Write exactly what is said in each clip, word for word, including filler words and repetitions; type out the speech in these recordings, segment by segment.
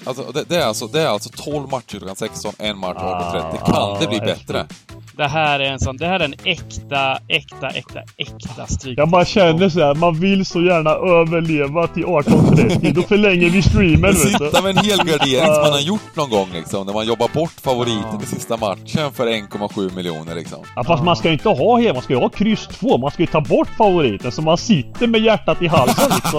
Alltså, det, det, är alltså, det är alltså tolv matcher klockan sexton, en match arton trettio. Kan ah, det bli bättre? Det här är en sån, det här är en äkta, äkta, äkta, äkta stryk. Jag bara känner så här, man vill så gärna överleva till arton trettio. Då förlänger vi streamen. Sitta med en helgardering som man har gjort någon gång liksom, när man jobbar bort favoriten i sista matchen för en komma sju miljoner liksom. Ja, fast man ska ju inte ha här, man ska ju ha kryss två. Man ska ju ta bort favoriten så man sitter med hjärtat i halsen liksom.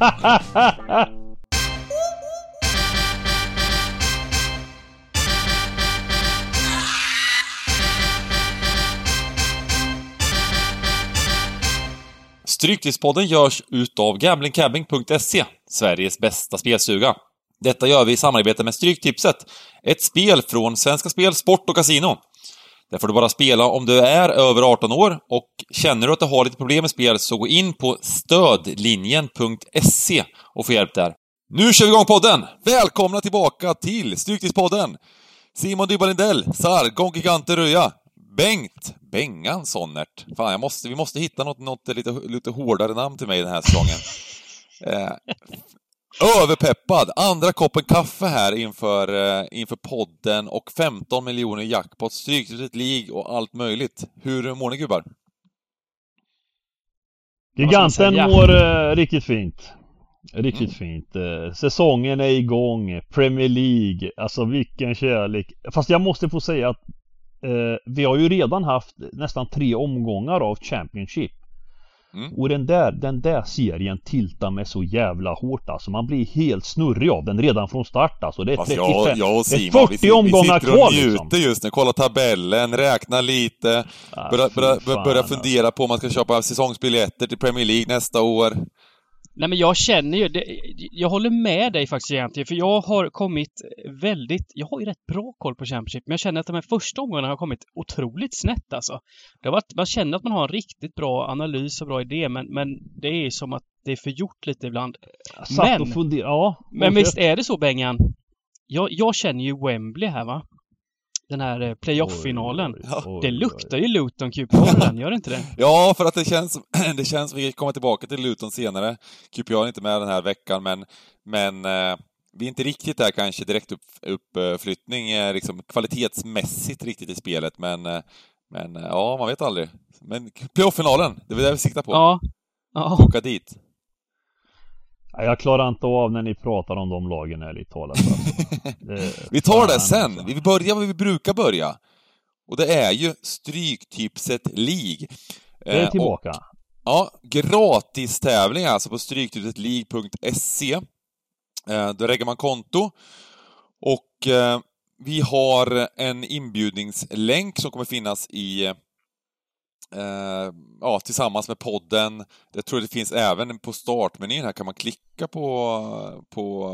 Stryktipspodden görs utav gambling cabbing punkt se, Sveriges bästa spelstuga. Detta gör vi i samarbete med Stryktipset, ett spel från Svenska Spel, Sport och Casino. Där får du bara spela om du är över arton år, och känner du att du har lite problem med spel så gå in på stödlinjen punkt se och få hjälp där. Nu kör vi igång podden! Välkomna tillbaka till Stryktipspodden! Simon Dybban Lindell, Sar, Gonkikanter Röja, Bengt, Bengan Sonnert. Fan, jag måste, vi måste hitta något, något lite, lite hårdare namn till mig den här säsongen. Eh, överpeppad, andra koppen kaffe här inför, eh, inför podden och femton miljoner jackpot, Stryktipset League och allt möjligt. Hur mår ni, gubbar? Giganten mår eh, riktigt fint. Riktigt mm. fint. Eh, säsongen är igång. Premier League. Alltså vilken kärlek. Fast jag måste få säga att Eh, vi har ju redan haft nästan tre omgångar av Championship. Mm. Och den där, den där serien tiltar med så jävla hårt. Alltså man blir helt snurrig av den redan från start. Alltså det är trettiofem, jag, jag och Simon, det är fyrtio vi, omgångar kvar. Vi sitter och njuter liksom. Just nu, kolla tabellen, räkna lite, ah, börja, börja, börja, börja fundera på om man ska köpa säsongsbiljetter till Premier League nästa år. Nej, men jag känner ju det, jag håller med dig faktiskt egentligen, för jag har kommit väldigt, jag har ju rätt bra koll på Championship, men jag känner att de här första omgångarna har kommit otroligt snett alltså. Det har varit, man känner att man har en riktigt bra analys och bra idé, men, men det är som att det är för gjort lite ibland. Men, funder, ja, men visst är det så, Bengan? Jag, jag känner ju Wembley här, va? Den här playoff-finalen. Oj, oj, oj, det luktar ju Luton Q P R, gör det inte det? Ja, för att det känns, det känns, vi kommer tillbaka till Luton senare. Q P R är inte med den här veckan, men, men eh, vi är inte riktigt där kanske direkt upp, uppflyttning, eh, liksom kvalitetsmässigt riktigt i spelet, men, eh, men eh, ja, man vet aldrig. Men playoff-finalen, det är det vi siktar på. Ja. Ja. Åka dit. Jag klarar inte av när ni pratar om de lagen här lite talat. Vi tar det sen. Vi börjar vad vi brukar börja. Och det är ju Stryktipset League. Det är tillbaka. Och, ja, gratis tävling alltså på stryktipset league punkt se. Då reggar man konto. Och vi har en inbjudningslänk som kommer finnas i Uh, ja, tillsammans med podden. Jag tror det finns även på startmenyn här, kan man klicka på på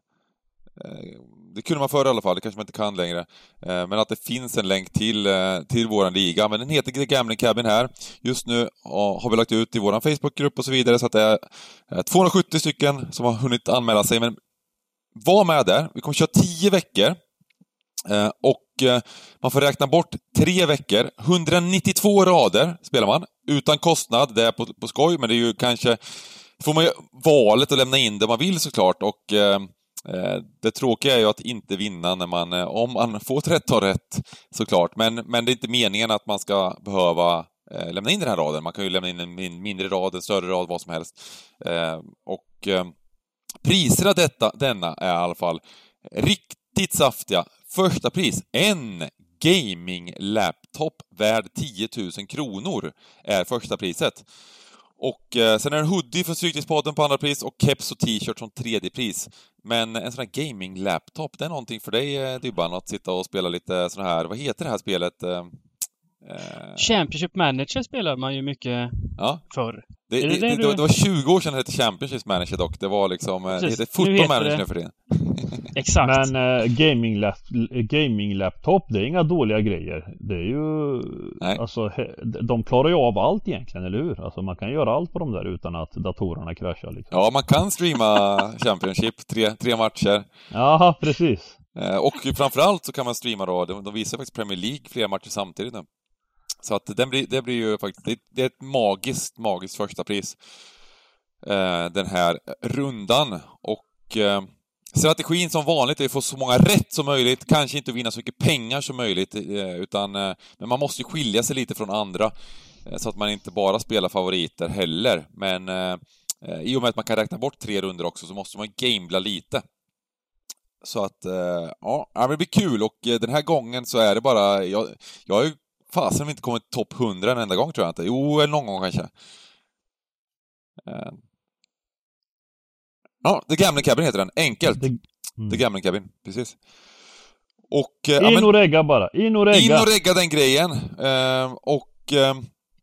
uh, det kunde man förr i alla fall, det kanske man inte kan längre, uh, men att det finns en länk till uh, till våran liga, men den heter The Gambling Cabin här. Just nu uh, har vi lagt ut i våran Facebookgrupp och så vidare, så att det är uh, tvåhundrasjuttio stycken som har hunnit anmäla sig, men var med där. Vi kommer köra tio veckor. Uh, och uh, man får räkna bort tre veckor, etthundranittiotvå rader spelar man, utan kostnad, det är på, på skoj, men det är ju kanske, får man ju valet att lämna in det man vill såklart, och uh, uh, det tråkiga är ju att inte vinna när man, uh, om man får tretton rätt såklart, men, men det är inte meningen att man ska behöva uh, lämna in den här raden, man kan ju lämna in en mindre rad, en större rad, vad som helst, uh, och uh, priserna detta, denna är i alla fall riktigt saftiga. Första pris, en gaming-laptop värd tio tusen kronor är första priset. Och eh, sen är det en hoodie för Stryktipspodden på andra pris och keps och t-shirt som tredje pris. Men en sån här gaming-laptop, det är någonting för dig, Dybban, att sitta och spela lite sån här, vad heter det här spelet? Eh, Championship Manager spelar man ju mycket ja. Förr. Det, det, det, det, det, var, det var tjugo år sedan det hette Championship Manager dock. Det var liksom, precis. Det heter Football Manager nu för det. Exakt. Men uh, gaming, lap, gaming laptop, det är inga dåliga grejer. Det är ju, nej. Alltså, he, de klarar ju av allt egentligen, eller hur? Alltså man kan göra allt på dem där utan att datorerna kraschar liksom. Ja, man kan streama Championship, tre, tre matcher. Ja, precis. Uh, och framförallt så kan man streama då, de, de visar faktiskt Premier League flera matcher samtidigt nu. Så att den blir, det blir ju faktiskt, det, det är ett magiskt, magiskt första pris. Uh, den här rundan. Och uh, Strategin som vanligt är att få så många rätt som möjligt, kanske inte vinna så mycket pengar som möjligt, utan men man måste ju skilja sig lite från andra så att man inte bara spelar favoriter heller. Men eh, i och med att man kan räkna bort tre runder också så måste man gambla lite. Så att eh, ja, det blir kul, och den här gången så är det bara jag, jag har ju fasen inte kommit topp hundra en enda gång, tror jag inte. Jo, eller någon gång kanske. Eh. Ja, The Gambling Cabin heter den. Enkelt. The, mm. The Gambling Cabin, precis. Och, eh, in ja, men, och regga bara. In och regga. In och regga den grejen. Eh, och eh,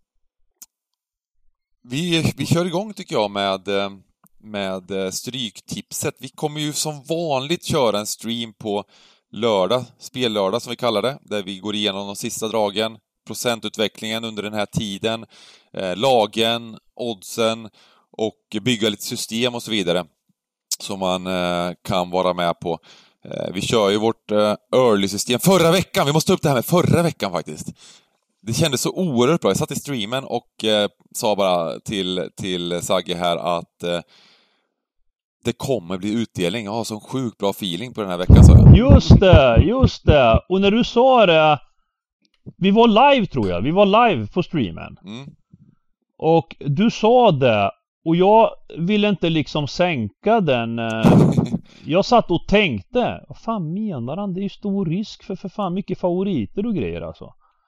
vi, vi kör igång tycker jag med, med stryktipset. Vi kommer ju som vanligt köra en stream på lördag, spellördag som vi kallar det. Där vi går igenom de sista dragen, procentutvecklingen under den här tiden, eh, lagen, oddsen och bygga lite system och så vidare. Som man eh, kan vara med på. Eh, vi kör ju vårt eh, early-system förra veckan. Vi måste ta upp det här med förra veckan faktiskt. Det kändes så oerhört bra. Jag satt i streamen och eh, sa bara till, till Sagge här att eh, det kommer bli utdelning. Jag har sån sjukt bra feeling på den här veckan, så jag. Just det, just det. Och när du sa det, vi var live tror jag. Vi var live på streamen. Mm. Och du sa det. Och jag ville inte liksom sänka den. Jag satt och tänkte, vad fan menar han? Det är ju stor risk för för fan mycket favoriter och grejer alltså.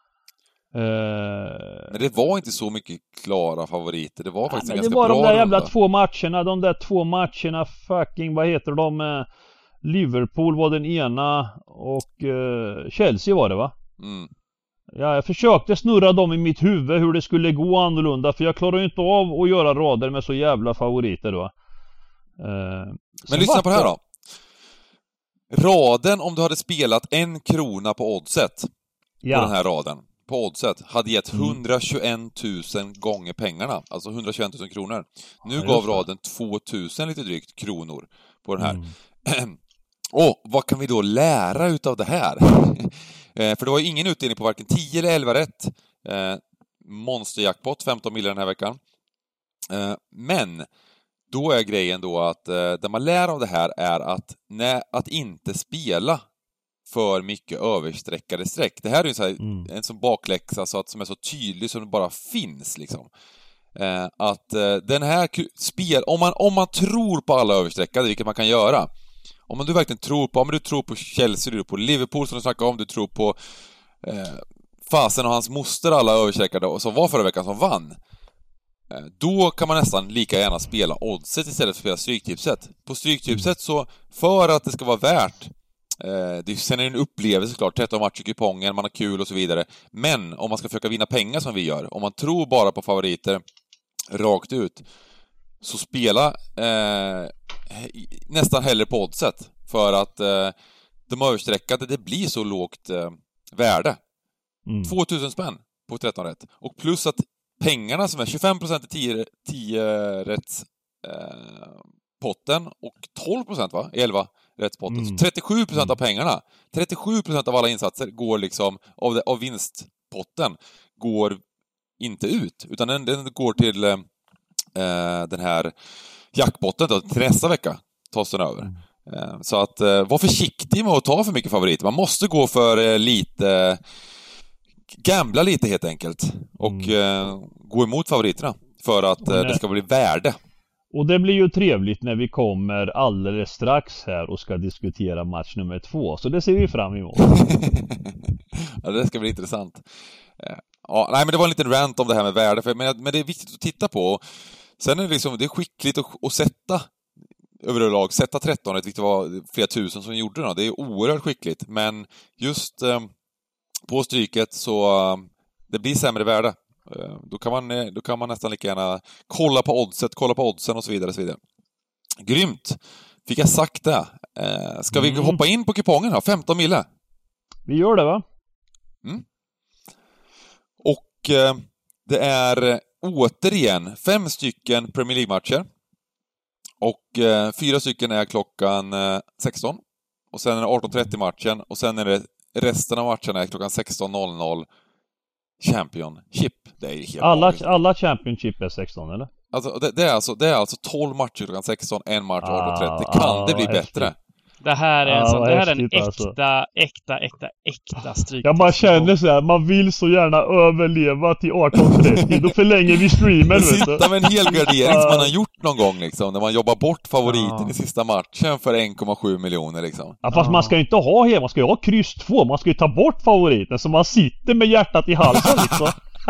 Men det var inte så mycket klara favoriter. Det var faktiskt Nej, ganska det var bra de där jävla runda. två matcherna. De där två matcherna, fucking, vad heter de? Liverpool var den ena och Chelsea var det, va? Mm. Ja, jag försökte snurra dem i mitt huvud hur det skulle gå annorlunda, för jag klarar ju inte av att göra rader med så jävla favoriter då. Eh, Men lyssna på det här då. Raden, om du hade spelat en krona på oddset, ja, på den här raden, på oddset, hade gett hundratjugoett tusen gånger pengarna. Alltså hundratjugoett tusen kronor. Nu ja, gav raden tvåtusen lite drygt kronor på den här. Mm. Och vad kan vi då lära utav det här? eh, för det var ju ingen utdelning på varken tio eller elva rätt. Eh, monsterjackpot, femton miljoner den här veckan. Eh, men då är grejen då att eh, det man lär av det här är att, nej, att inte spela för mycket översträckade streck. Det här är ju så här, mm. en sån bakläxa så att, som är så tydlig som det bara finns liksom. Eh, att eh, den här spel, om man, om man tror på alla översträckade, vilket man kan göra. Om man du verkligen tror på, om du tror på Chelsea, du tror på Liverpool som du snackade om, du tror på eh, Fasen och hans moster, alla översträckade och som var förra veckan som vann. Eh, då kan man nästan lika gärna spela oddset istället för att spela stryktipset. På stryktipset så, för att det ska vara värt, eh, det, sen är det en upplevelse såklart, tretton matcher i kupongen, man har kul och så vidare. Men om man ska försöka vinna pengar som vi gör, om man tror bara på favoriter rakt ut, så spela eh, nästan hellre på oddset, för att eh, de översträckade, det blir så lågt eh, värde. Mm. tvåtusen spänn på tretton rätt. Och plus att pengarna som är tjugofem procent i tio, tio rätts eh, potten och tolv procent va? I elva rätts potten. Mm. Så trettiosju procent mm. av pengarna, trettiosju procent av alla insatser går liksom av, det, av vinstpotten går inte ut, utan den, den går till eh, den här jackpotten då, till nästa vecka tas den över. Mm. Så att var försiktig med att ta för mycket favoriter. Man måste gå för lite, gambla lite helt enkelt och mm. gå emot favoriterna för att det, det ska bli värde. Och det blir ju trevligt när vi kommer alldeles strax här och ska diskutera match nummer två. Så det ser vi fram emot. Ja, det ska bli intressant. Ja, nej, men det var en liten rant om det här med värde, för, men, men det är viktigt att titta på. Sen är det liksom, det är skickligt att, att sätta överlag, sätta tretton, vilket var flera tusen som gjorde det. Det är oerhört skickligt, men just eh, på stryket så eh, det blir sämre värde. Eh, då, kan man, då kan man nästan lika gärna kolla på oddset, kolla på oddsen och så vidare. Och så vidare. Grymt! Fick jag sagt det? Eh, ska mm. vi hoppa in på kupongen här? femton mille. Vi gör det, va? Mm. Och eh, det är återigen fem stycken Premier League-matcher. Och eh, fyra stycken är klockan eh, sexton. Och sen är det arton trettio matchen. Och sen är det resten av matcherna är klockan sexton noll noll Championship. Det är helt alla, alla Championship är sexton, eller? Alltså, det, det, är alltså, det är alltså tolv matcher klockan sexton, en match ah, arton trettio. Kan ah, det bli häftigt. Bättre? Det här är en, Ja, sån, vad det här är en häftigt, äkta, alltså. äkta, äkta, äkta stryk. Jag bara känner så här, man vill så gärna överleva till arton trettio. Då förlänger vi streamen, vet du. Sitta med en helgardering som man har gjort någon gång liksom, när man jobbar bort favoriten Ja. i sista matchen för en komma sju miljoner liksom. Ja, fast Ja. man ska ju inte ha hem, man ska ju ha kryss två. Man ska ju ta bort favoriten så man sitter med hjärtat i halsen liksom.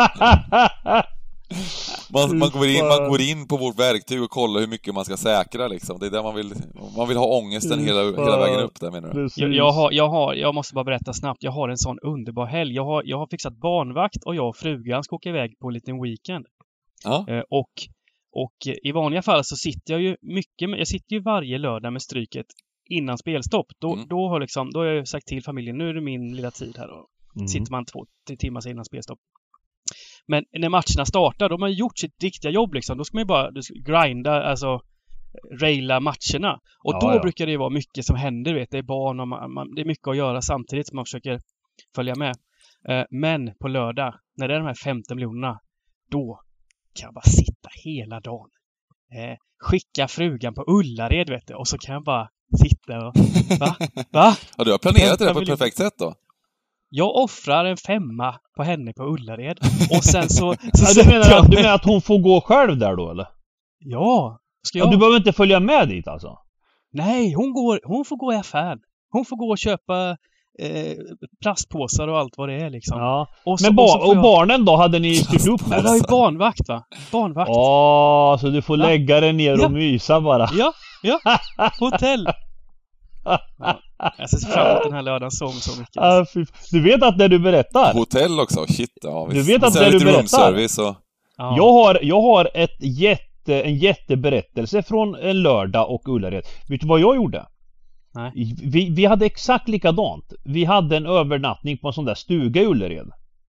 Man, man, går in, man Fan. går in på vårt verktyg och kollar hur mycket man ska säkra liksom. Det är där man vill, man vill ha ångesten hela, hela vägen upp där, menar du? Precis. Jag, jag, har, jag, har, jag måste bara berätta snabbt, jag har en sån underbar helg. Jag har, jag har fixat barnvakt och jag och frugan ska åka iväg på en liten weekend. Ja. Eh, och, och i vanliga fall så sitter jag ju mycket, med, jag sitter ju varje lördag med stryket innan spelstopp. Då, Mm. då, har liksom, då har jag sagt till familjen, nu är det min lilla tid här. Och Mm. sitter man två tre timmar innan spelstopp. Men när matcherna startar, då har man gjort sitt riktiga jobb liksom. Då ska man ju bara du ska grinda, alltså raila matcherna. Och Ja, då ja. brukar det ju vara mycket som händer, vet. Det är barn och man, man, det är mycket att göra samtidigt som man försöker följa med. Eh, men på lördag, när det är de här femton miljonerna, då kan jag bara sitta hela dagen. Eh, skicka frugan på Ullared, vet du. Och så kan jag bara sitta och... Va? Va? Ja, du har planerat det där på ett Familj- perfekt sätt då. Jag offrar en femma på henne på Ullared. Och sen så... så Ja, du, sätter menar, jag du mig- menar att hon får gå själv där då, eller? Ja. Ska Ja, jag... du behöver inte följa med dit alltså? Nej, hon, går, hon får gå i affären. Hon får gå och köpa eh, plastpåsar och allt vad det är liksom. Ja. Och, så, Men och, så bar- får och jag... barnen då, hade ni styrt upp med Jag har ju det? barnvakt, va? Barnvakt. Ja, så du får Ja. lägga dig ner och Ja. mysa bara. Ja, ja. Hotell. Ja. Jag ser fram emot den här lördagen så, så mycket. Ah, fy- du vet att när du berättar, Hotell också, shit. Ja, visst. Du vet att Sen det du lite berättar- roomservice och... Ja. jag har, jag har ett jätte, en jätteberättelse från en lördag och Ullared. Vet du vad jag gjorde? Nej. Vi, vi hade exakt likadant. Vi hade en övernattning på en sån där stuga i Ullared.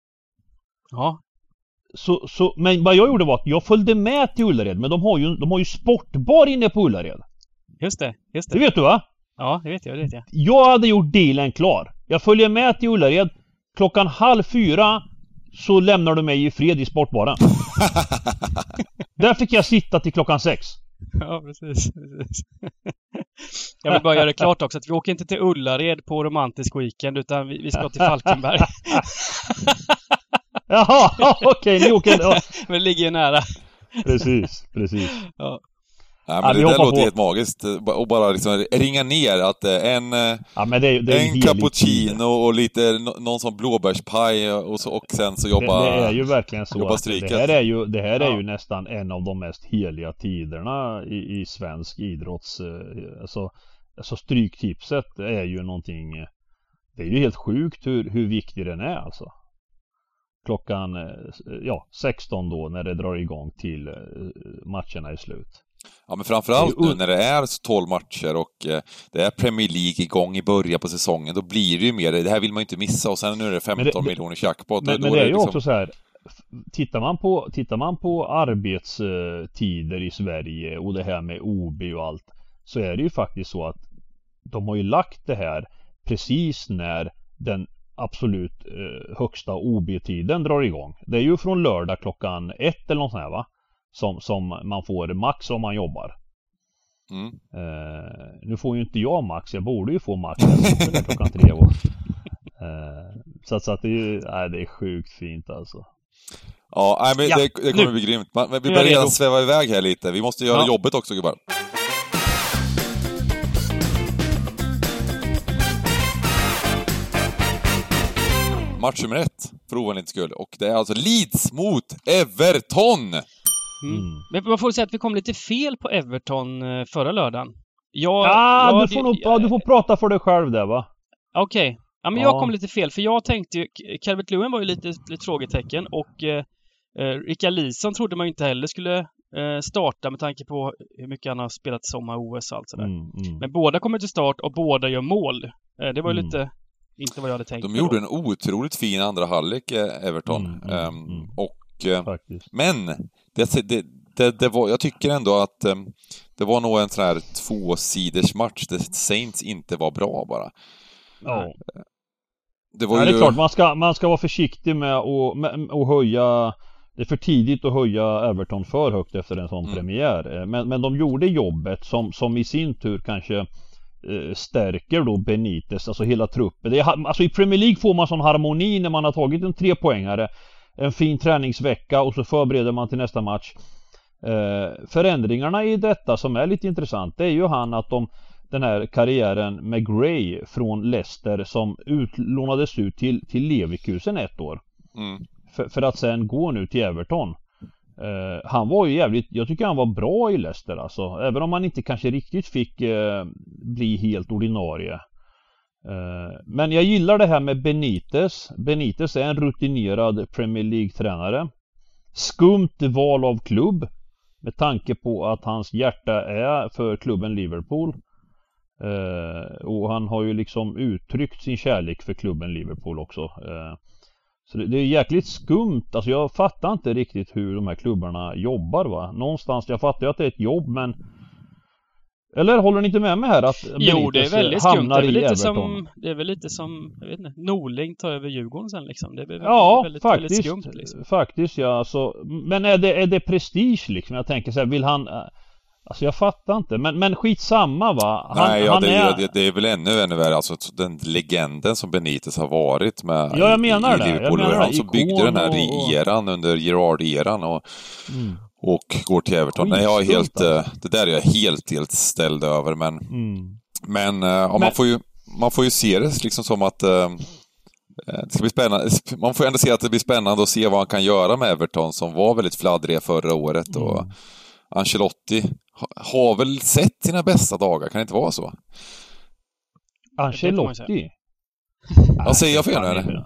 Ja. Så, så, men vad jag gjorde var att jag följde med till Ullared. Men de har ju, de har ju sportbar inne på Ullared. Just det, just Det det. vet du, va? Ja, det vet jag, det vet jag. Jag hade gjort dealen klar. Jag följer med till Ullared. Klockan halv fyra så lämnar du mig i fred i sportbaren. Där fick jag sitta till klockan sex. Ja, precis. precis. Jag vill bara göra det klart också att vi åker inte till Ullared på romantisk weekend utan vi, vi ska till Falkenberg. Jaha, okej, ni åker... Ja, Men det ligger ju nära. precis, precis. Ja. Ja, Ja, men vi det där hoppar låter på. helt magiskt. Och bara liksom ringa ner att eh, en, eh, Ja, men det, är- det är en heligt tid. cappuccino och lite nå- någon sån blåbärspaj och, så, och sen så jobba... Det, det är ju verkligen så jobba att stryket. det här är ju, det här är Ja. ju nästan en av de mest heliga tiderna i, i svensk idrotts... eh, Alltså, alltså stryktipset är ju någonting... eh, Det är ju helt sjukt hur, hur viktig den är alltså. Klockan eh, ja, sexton då när det drar igång till eh, matcherna är slut. Ja, men framförallt Det är ju- nu när det är tolv matcher och eh, det är Premier League igång i början på säsongen, då blir det ju mer, det här vill man ju inte missa, och sen nu är det femton Men det- det- miljoner jackpot. Men, då men det är ju liksom... också så här. f- Tittar man på, tittar man på arbetstider i Sverige och det här med O B och allt, så är det ju faktiskt så att de har ju lagt det här precis när den absolut eh, högsta O B-tiden drar igång. Det är ju från lördag klockan ett eller något sånt här, va? Som, som man får max om man jobbar. Mm. Eh, nu får ju inte jag max, jag borde ju få max efter klockan tre. Och, eh, så, att- så att det är ju, nej, det är sjukt fint alltså. Ja, nej, men Ja, det, det kommer nu. bli grymt. Man, vi Nu är börjar jag redan redo. sväva iväg här lite. Vi måste göra Ja. jobbet också, gubbar. Match nummer ett, för ovanligt skull. Och det är alltså Leeds mot Everton! Mm. Mm. Men man får säga att vi kom lite fel på Everton eh, förra lördagen. Jag, Ja, jag, du får nog, ja, du får prata för dig själv där, va? Okej. Ja, men Ja. jag kom lite fel, för jag tänkte ju... Calvert-Lewin var ju lite, lite frågetecken och eh, eh, Rickard Lisson trodde man ju inte heller skulle eh, starta med tanke på hur mycket han har spelat sommar-O S och allt sådär. Mm, mm. Men båda kommer till start och båda gör mål. Eh, det var ju Mm. lite... Inte vad jag hade tänkt. De mig gjorde då. en otroligt fin andra halvlek, eh, Everton. Mm, mm, Ehm, mm. Och... eh, Faktiskt. Men, det, det, det, det var, jag tycker ändå att um, det var nog en sån här tvåsiders match där Saints inte var bra bara. Ja. Det var Ja, ju... det är klart, man ska, man ska vara försiktig med att, med, att höja. Det är för tidigt att höja Everton för högt efter en sån Mm. premiär. Men, men de gjorde jobbet som, som i sin tur kanske eh, stärker då Benitez, alltså hela truppen. Det är, alltså i Premier League får man sån harmoni när man har tagit en trepoängare, en fin träningsvecka och så förbereder man till nästa match. Eh, förändringarna i detta som är lite intressant, det är ju han att de, den här karriären med Gray från Leicester som utlånades ut till, till Leverkusen ett år. Mm. För, för att sen gå nu till Everton. Uh, han var ju jävligt, jag tycker han var bra i Leicester alltså. Även om han inte kanske riktigt fick uh, bli helt ordinarie. Uh, men jag gillar det här med Benitez. Benitez är en rutinerad Premier League-tränare. Skumt val av klubb. Med tanke på att hans hjärta är för klubben Liverpool. Uh, och han har ju liksom uttryckt sin kärlek för klubben Liverpool också. Uh, Så det, det är jäkligt skumt. Alltså jag fattar inte riktigt hur de här klubbarna jobbar va. Någonstans, jag fattar ju att det är ett jobb men... Eller håller ni inte med mig här att jo, det är väldigt skumt. Det är väl lite Everton? som, det är väl lite som, jag vet inte, Norling tar över Djurgården sen liksom. Det är väldigt, ja, väldigt, faktiskt, väldigt skumt liksom. Faktiskt, ja. Alltså, men är det, är det prestige liksom? Jag tänker så här, vill han... Alltså jag fattar inte, men, men skitsamma va? Han, Nej, ja, han det, är, är... det, det är väl ännu, ännu värre. Alltså den legenden som Benitez har varit med ja, jag menar i, i det. Liverpool. Jag menar han som byggde den här och... eran under Gerrard-eran och, mm. och går till Everton. Nej, jag är helt, alltså. Det där är jag helt, helt ställd över. Men, mm. men, ja, men... Man, får ju, man får ju se det liksom som att äh, det ska bli spännande. Man får ju ändå se att det blir spännande att se vad han kan göra med Everton som var väldigt fladdriga förra året. Mm. Och Ancelotti har väl sett sina bästa dagar, kan det inte vara så? Ancelotti? Vad säger jag för henne?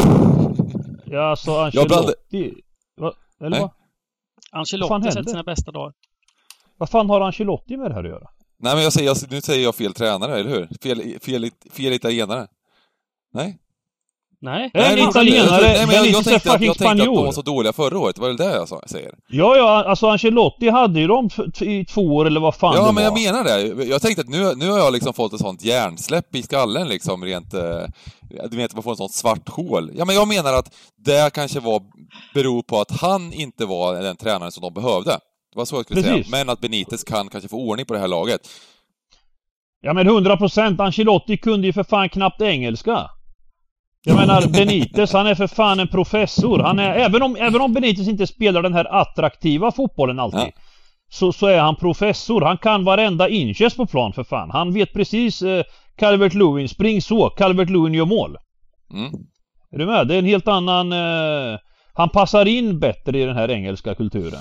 Ja, alltså Ancelotti... Va? Eller Nej. vad? Ancelotti har sett sina bästa dagar. Vad fan har Ancelotti med det här att göra? Nej, men jag säger, nu säger jag fel tränare, eller hur? Fel, fel, fel italienare. Nej? Nej, nej, en italienare. Nej, men jag, jag, tänkte att, jag tänkte att de var så dåliga förra året. Var det det jag säger? Ja, ja, alltså Ancelotti hade ju dem i två år eller vad fan ja, det var. Ja, men jag menar det. Jag tänkte att nu, nu har jag liksom fått ett sånt hjärnsläpp i skallen liksom rent... Du vet, man får en sånt svart hål. Ja, men jag menar att det kanske var beror på att han inte var den tränaren som de behövde. Det var så jag skulle Precis. säga. Men att Benitez kan kanske få ordning på det här laget. Ja, men hundra procent. Ancelotti kunde ju för fan knappt engelska. Jag menar, Benitez, han är för fan en professor. Han är, även om, även om Benitez inte spelar den här attraktiva fotbollen alltid, ja. så, så är han professor. Han kan varenda inches på plan för fan. Han vet precis eh, Calvert-Lewin, spring så, Calvert-Lewin gör mål. Mm. Är du med? Det är en helt annan... Eh, han passar in bättre i den här engelska kulturen.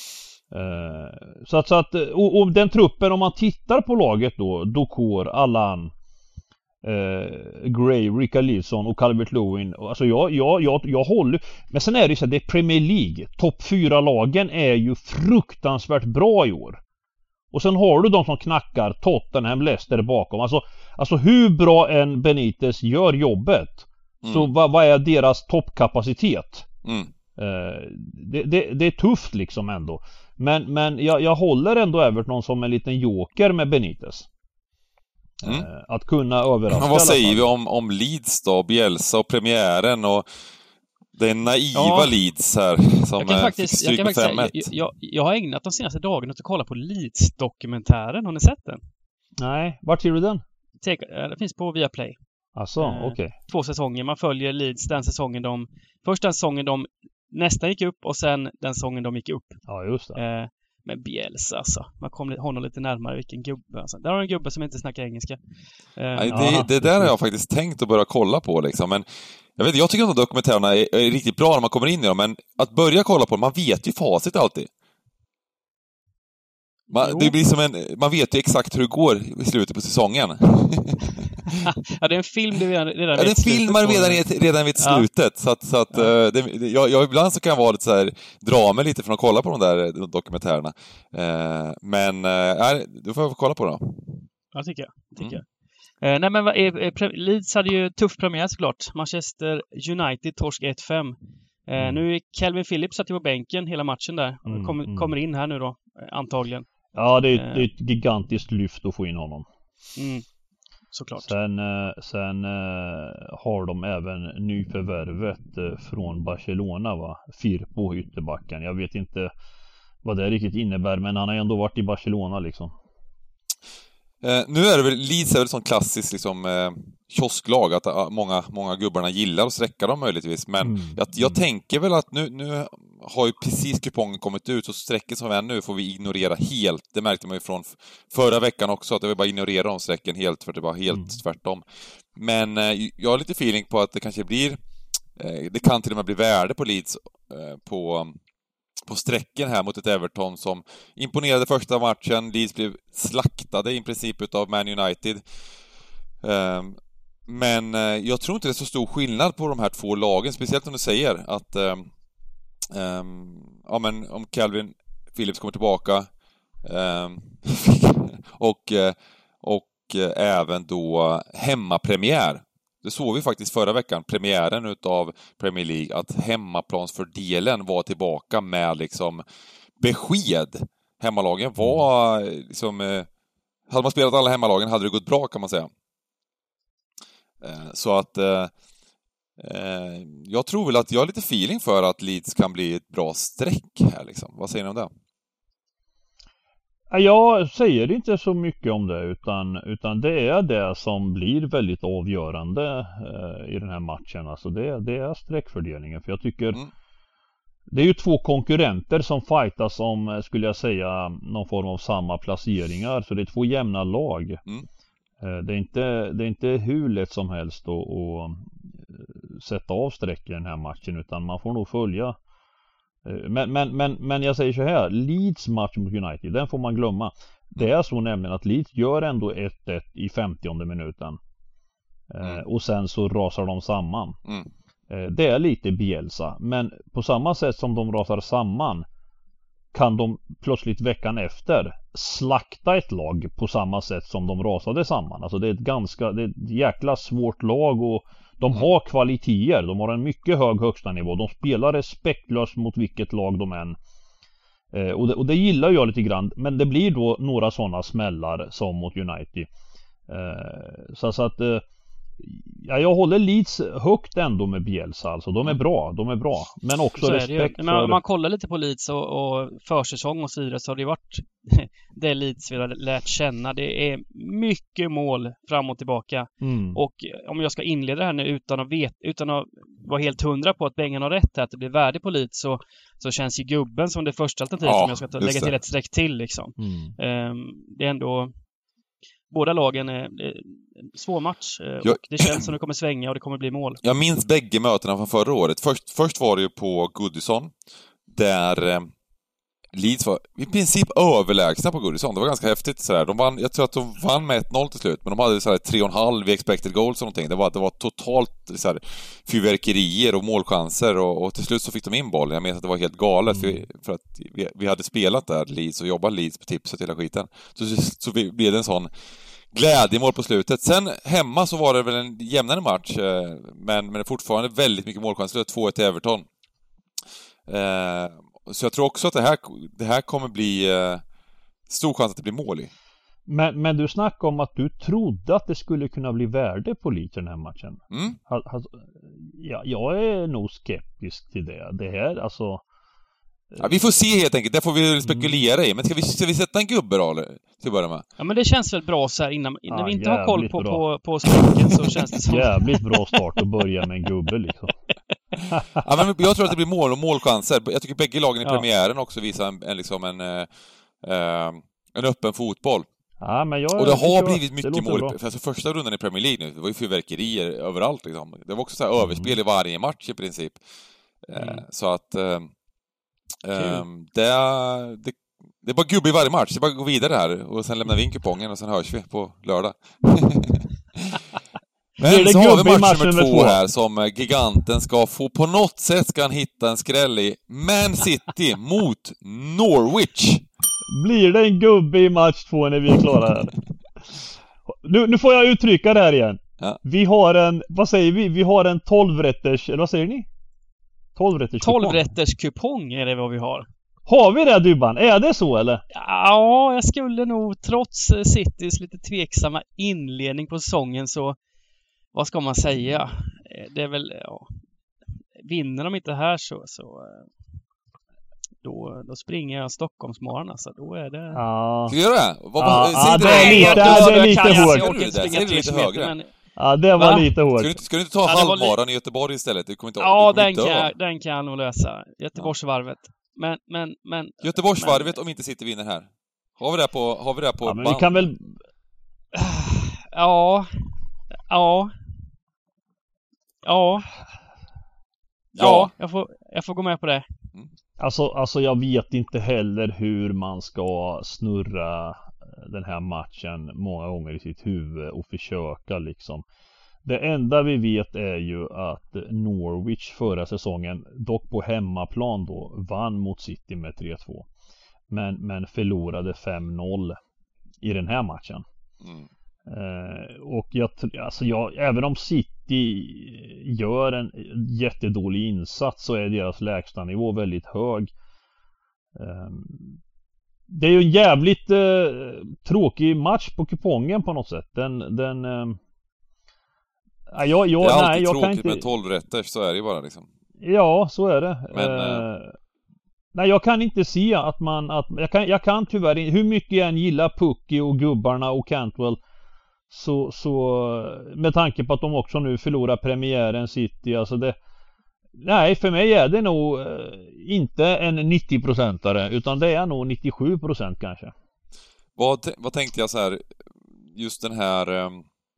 Eh, så att, så att och, och den truppen, om man tittar på laget då, Dokor, Allan, Uh, Gray, Richarlison och Calvert-Lewin. Alltså jag, jag, jag, jag håller. Men sen är det ju så att det är Premier League. Topp fyra lagen är ju fruktansvärt bra i år. Och sen har du de som knackar Tottenham, Leicester bakom. Alltså, alltså hur bra en Benitez gör jobbet, mm. så vad, vad är deras toppkapacitet? Mm. Uh, det, det, det är tufft liksom ändå. Men, men jag, jag håller ändå Everton som en liten joker med Benitez. Mm. Att kunna överraska. Men vad säger vi om, om Leeds då, Bielsa och premiären och den naiva ja. Leeds här som jag kan faktiskt, jag, kan faktiskt säga, jag, jag, jag har ägnat de senaste dagarna att kolla på Leeds-dokumentären. Har ni sett den? Nej, vart ser du den? Det finns på Viaplay. Alltså, eh, okej. Okay. Två säsonger, man följer Leeds den säsongen de... Först den säsongen de nästan gick upp och sen den säsongen de gick upp. Ja, just det. Eh, med Bielsa alltså. Man kommer honom lite närmare, vilken gubbe alltså. Där har en gubbe som inte snackar engelska. Eh, Nej, det, det där har jag faktiskt tänkt att börja kolla på liksom, men jag vet, jag tycker att dokumentärerna är, är riktigt bra när man kommer in i dem, men att börja kolla på dem, man vet ju facit alltid. Man, det blir som en, man vet ju exakt hur det går i slutet på säsongen. Ja, det är en film du redan, redan ja, det är en film man redan, redan vet slutet. Ja. Så att, så att ja. uh, det, jag, jag, ibland så kan jag vara lite så här, dra mig lite från att kolla på de där de dokumentärerna. Uh, men uh, du får kolla på det då. Ja, tycker jag. Tycker mm. jag. Uh, nej, men uh, Leeds hade ju tuff premiär såklart. Manchester United torsk ett fem. Uh, mm. Nu är Calvin Phillips satt ju på bänken hela matchen där. Mm, Kom, mm. Kommer in här nu då, antagligen. Ja, det är, uh, det är ett gigantiskt lyft att få in honom. Mm. Såklart. Sen, sen har de även nyförvärvet från Barcelona, va? Firpo, ytterbacken. Jag vet inte vad det riktigt innebär, men han har ändå varit i Barcelona liksom. Eh, nu är det väl, Leeds är väl sån klassisk liksom, eh, kiosklag, att uh, många, många gubbarna gillar att sträcka dem möjligtvis. Men Mm. jag, jag tänker väl att nu, nu har ju precis kupongen kommit ut, och sträcken som är nu får vi ignorera helt. Det märkte man ju från förra veckan också, att det var bara ignorera de sträcken helt, för det var helt mm. tvärtom. Men eh, jag har lite feeling på att det kanske blir, eh, det kan till och med bli värde på Leeds eh, på... på sträcken här mot ett Everton som imponerade första matchen. Leeds blev slaktade i princip utav Man United. Um, men uh, jag tror inte det är så stor skillnad på de här två lagen, speciellt om du säger att um, um, ja, men om Calvin Phillips kommer tillbaka um, och, uh, och uh, även då hemmapremiär. Det såg vi faktiskt förra veckan, premiären utav Premier League, att hemmaplansfördelen var tillbaka med liksom besked. Hemmalagen var liksom... Hade man spelat alla hemmalagen hade det gått bra, kan man säga. Så att... Eh, jag tror väl att jag har lite feeling för att Leeds kan bli ett bra streck här liksom. Vad säger ni om det? Jag säger inte så mycket om det, utan, utan det är det som blir väldigt avgörande eh, i den här matchen. Alltså det, det är streckfördelningen. För jag tycker mm. det är ju två konkurrenter som fightas om, skulle jag säga, någon form av samma placeringar. Så det är två jämna lag. Mm. Eh, det, är inte, det är inte hur lätt som helst att, att sätta av streck i den här matchen, utan man får nog följa. Men, men, men, men jag säger så här, Leeds match mot United, den får man glömma. Det är så nämligen att Leeds gör ändå ett ett i femtionde minuten. Mm. eh, Och sen så rasar de samman. Mm. eh, Det är lite Bielsa. Men på samma sätt som de rasar samman kan de plötsligt veckan efter slakta ett lag på samma sätt som de rasade samman. Alltså det är ett ganska, det är ett jäkla svårt lag, och de har kvaliteter, de har en mycket hög högsta nivå. De spelar respektlöst mot vilket lag de än. Eh, och, det, och det gillar jag lite grann. Men det blir då några sådana smällar som mot United. Eh, så, så att eh, ja, jag håller Leeds högt ändå med Bielsa. Alltså de är bra, de är bra. Men också så respekt för... Men om man kollar lite på Leeds och, och försäsong och så vidare, så har det varit det Leeds vi har lärt känna. Det är mycket mål fram och tillbaka. Mm. Och om jag ska inleda det här nu utan att, vet, utan att vara helt hundra på att Bengan har rätt här, att det blir värde på Leeds, så, så känns ju gubben som det första alternativet, ja, som jag ska ta, lägga till ett streck till liksom. Mm. Um, det är ändå... Båda lagen är, är en svår match. Jag, och det känns som det kommer svänga och det kommer bli mål. Jag minns bägge mötena från förra året. Först, först var det ju på Goodison, där eh, Leeds var i princip överlägsna på Goodison. Det var ganska häftigt sådär. De vann, jag tror att de vann med ett noll till slut, men de hade sådär tre komma fem i expected goals och någonting. Det var, det var totalt sådär, fyrverkerier och målchanser, och, och till slut så fick de in bollen. Jag menar att det var helt galet, mm. för, för att vi, vi hade spelat där Leeds och jobbat Leeds på tipset hela skiten. Så, så, så blev det en sån glädjemål på slutet. Sen hemma så var det väl en jämnare match, men, men det är fortfarande väldigt mycket målchanser. två ett till Everton. Eh, så jag tror också att det här, det här kommer bli eh, stor chans att det blir mål i. Men, men du snackade om att du trodde att det skulle kunna bli värde på Leeds den här matchen. Mm. Ha, ha, ja, jag är nog skeptisk till det. Det här, alltså... Ja, vi får se helt enkelt, det får vi spekulera mm. i. Men ska vi, ska vi sätta en gubbe då, eller? Till att börja med? Ja, men det känns väl bra så här innan, innan ja, vi inte har koll på, på, på strecken, så känns det som... Jävligt bra start att börja med en gubbe liksom. Ja, men jag tror att det blir mål och målchanser. Jag tycker bägge lagen i ja. premiären också visar en, en, liksom en, eh, en öppen fotboll. Ja, men jag, och det har blivit mycket mål. För alltså, första rundan i Premier League nu, det var ju fyrverkerier överallt liksom. Det var också så här mm. överspel i varje match i princip. Mm. Eh, så att eh, eh, det, det, det är bara gubbe i varje match. Det är bara att gå vidare här och sen lämnar vi in kupongen och sen hörs vi på lördag. Men så har vi match, match nummer två, två här som giganten ska få, på något sätt ska han hitta en skräll i. Man City mot Norwich. Blir det en gubbe i match två när vi är klara här? Nu, nu får jag uttrycka det här igen. Ja. Vi har en, vad säger vi? Vi har en tolv-rätters, eller vad säger ni? tolv-rätters kupong. tolv-rätters kupong är det vad vi har. Har vi det, Dubban? Är det så, eller? Ja, jag skulle nog, trots Citys lite tveksamma inledning på säsongen, så vad ska man säga? Det är väl, ja, vinner de inte här så, så då, då springer jag Stockholmsmorgon alltså. Då är det... Ja. Ska vi göra det? Vad, Ja, säg ja, det, det är lite, det är lite hårt. Jag orkar inte Säg springa det tre lite kilometer, högre. men... Ja, det var Va? lite hårt. Ska du, inte- ska du inte ta Ja, det var halvmaran i Göteborg istället? Du kommer inte, Ja, du kommer den inte kan, dö. jag, den kan jag nog lösa. Göteborgsvarvet. Men, men, men... Göteborgsvarvet men, om inte City vinner här. Har vi det på, har vi det på Ja, men band? vi kan väl... Ja. Ja. Ja. Ja. Ja, jag får, jag får gå med på det. Alltså, alltså jag vet inte heller hur man ska snurra den här matchen många gånger i sitt huvud och försöka liksom. Det enda vi vet är ju att Norwich förra säsongen, dock på hemmaplan då, vann mot City med tre två. Men, men förlorade fem noll i den här matchen. Mm. Eh, och jag, alltså jag, även om City gör en jättedålig insats så är deras lägsta nivå väldigt hög. Eh, det är ju en jävligt eh, tråkig match på kupongen på något sätt. Den, den eh, jag, jag, det är alltid nej, jag tråkigt kan inte... med tolv rätter, så är det ju bara liksom. Ja, så är det. Men, eh, nej, jag kan inte se att man... Att, jag, kan, jag kan tyvärr inte... Hur mycket jag än gillar Pucky och gubbarna och Cantwell så, så... Med tanke på att de också nu förlorar premiären City, alltså det... Nej, för mig är det nog eh, inte en nittio-procentare utan det är nog nittiosju procent kanske. Vad, vad tänkte jag så här, just den här um,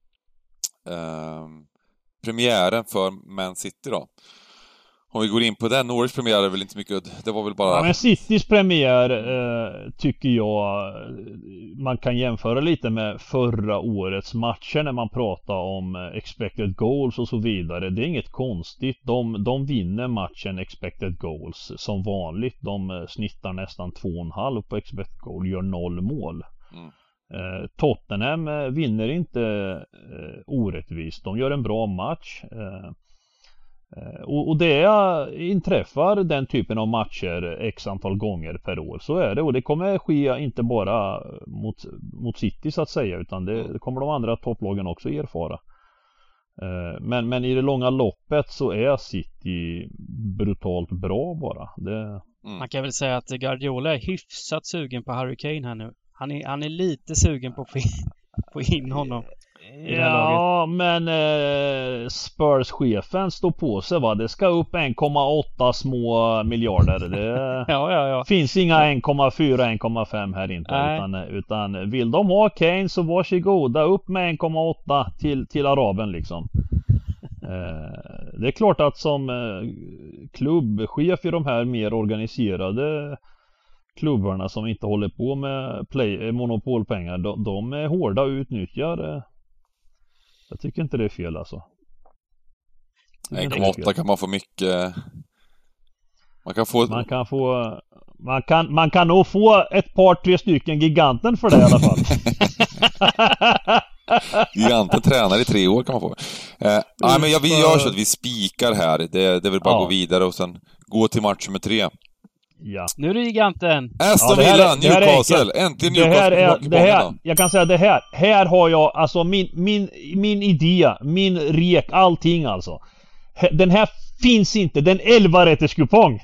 um, premiären för Man City då. Om vi går in på den, Norwich premiär är väl inte mycket, det var väl bara... Ja, men Citys premiär eh, tycker jag man kan jämföra lite med förra årets matcher när man pratar om expected goals och så vidare. Det är inget konstigt. De, de vinner matchen expected goals som vanligt. De snittar nästan två komma fem på expected goal, gör noll mål. Mm. Eh, Tottenham vinner inte eh, orättvist. De gör en bra match. Eh, Och, och det inträffar den typen av matcher x antal gånger per år. Så är det, och det kommer ske inte bara mot, mot City så att säga, utan det, det kommer de andra topplagen också erfara. Men, men i det långa loppet så är City brutalt bra bara. Det... Mm. Man kan väl säga att Guardiola är hyfsat sugen på Harry Kane här nu. Han är, han är lite sugen på att få in, få in honom. Ja, men eh, Spurs-chefen står på sig, va? Det ska upp en komma åtta små miljarder. Det ja, ja, ja. finns inga en komma fyra, en komma fem här inte. Utan, utan vill de ha Kane så varsågoda, upp med en komma åtta till, till araben liksom. eh, det är klart att som eh, klubbchef i de här mer organiserade klubbarna som inte håller på med play, monopolpengar, de, de är hårda och utnyttjar. Jag tycker inte det är fel alltså. en komma åtta kan man få mycket. Man kan få Man kan få man kan, man kan nog få ett par tre stycken giganten för det i alla fall. Giganten tränar i tre år kan man få. Eh, nej, men jag, vi gör så att vi spikar här. Det, det är väl bara att ja. gå vidare och sen gå till match nummer tre. Ja. Nu är det giganten. Aston ja, Villa, är, Newcastle. Äntligen Newcastle. Det här är, det här, jag kan säga det här. Här har jag alltså min, min, min idé, min rek, allting alltså. Den här finns inte. Den elva rätters kupong.